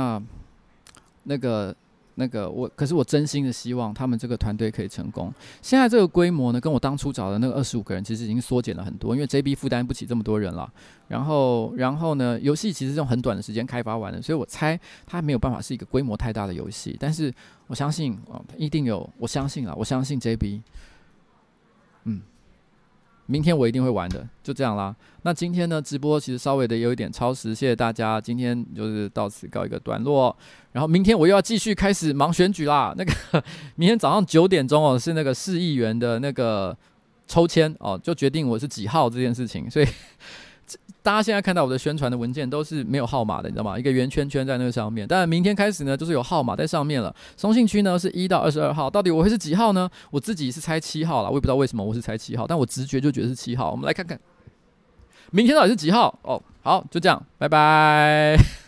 可是我真心的希望他们这个团队可以成功。现在这个规模呢，跟我当初找的那个25个人其实已经缩减了很多，因为 JB 负担不起这么多人了。然后呢，游戏其实用很短的时间开发完了，所以我猜它没有办法是一个规模太大的游戏。但是我相信，一定有，我相信 JB， 明天我一定会玩的，就这样啦。那今天呢，直播其实稍微的有一点超时，谢谢大家。今天就是到此告一个段落，然后明天我又要继续开始忙选举啦。明天早上9点钟哦，是那个市议员的那个抽签哦，就决定我是几号这件事情。所以大家现在看到我的宣传的文件都是没有号码的，你知道吗？一个圆圈圈在那个上面。但明天开始呢，就是有号码在上面了。松信区呢是1到22号，到底我会是几号呢？我自己是猜7号啦，我也不知道为什么我是猜7号，但我直觉就觉得是7号。我们来看看明天到底是几号哦。好，就这样，拜拜。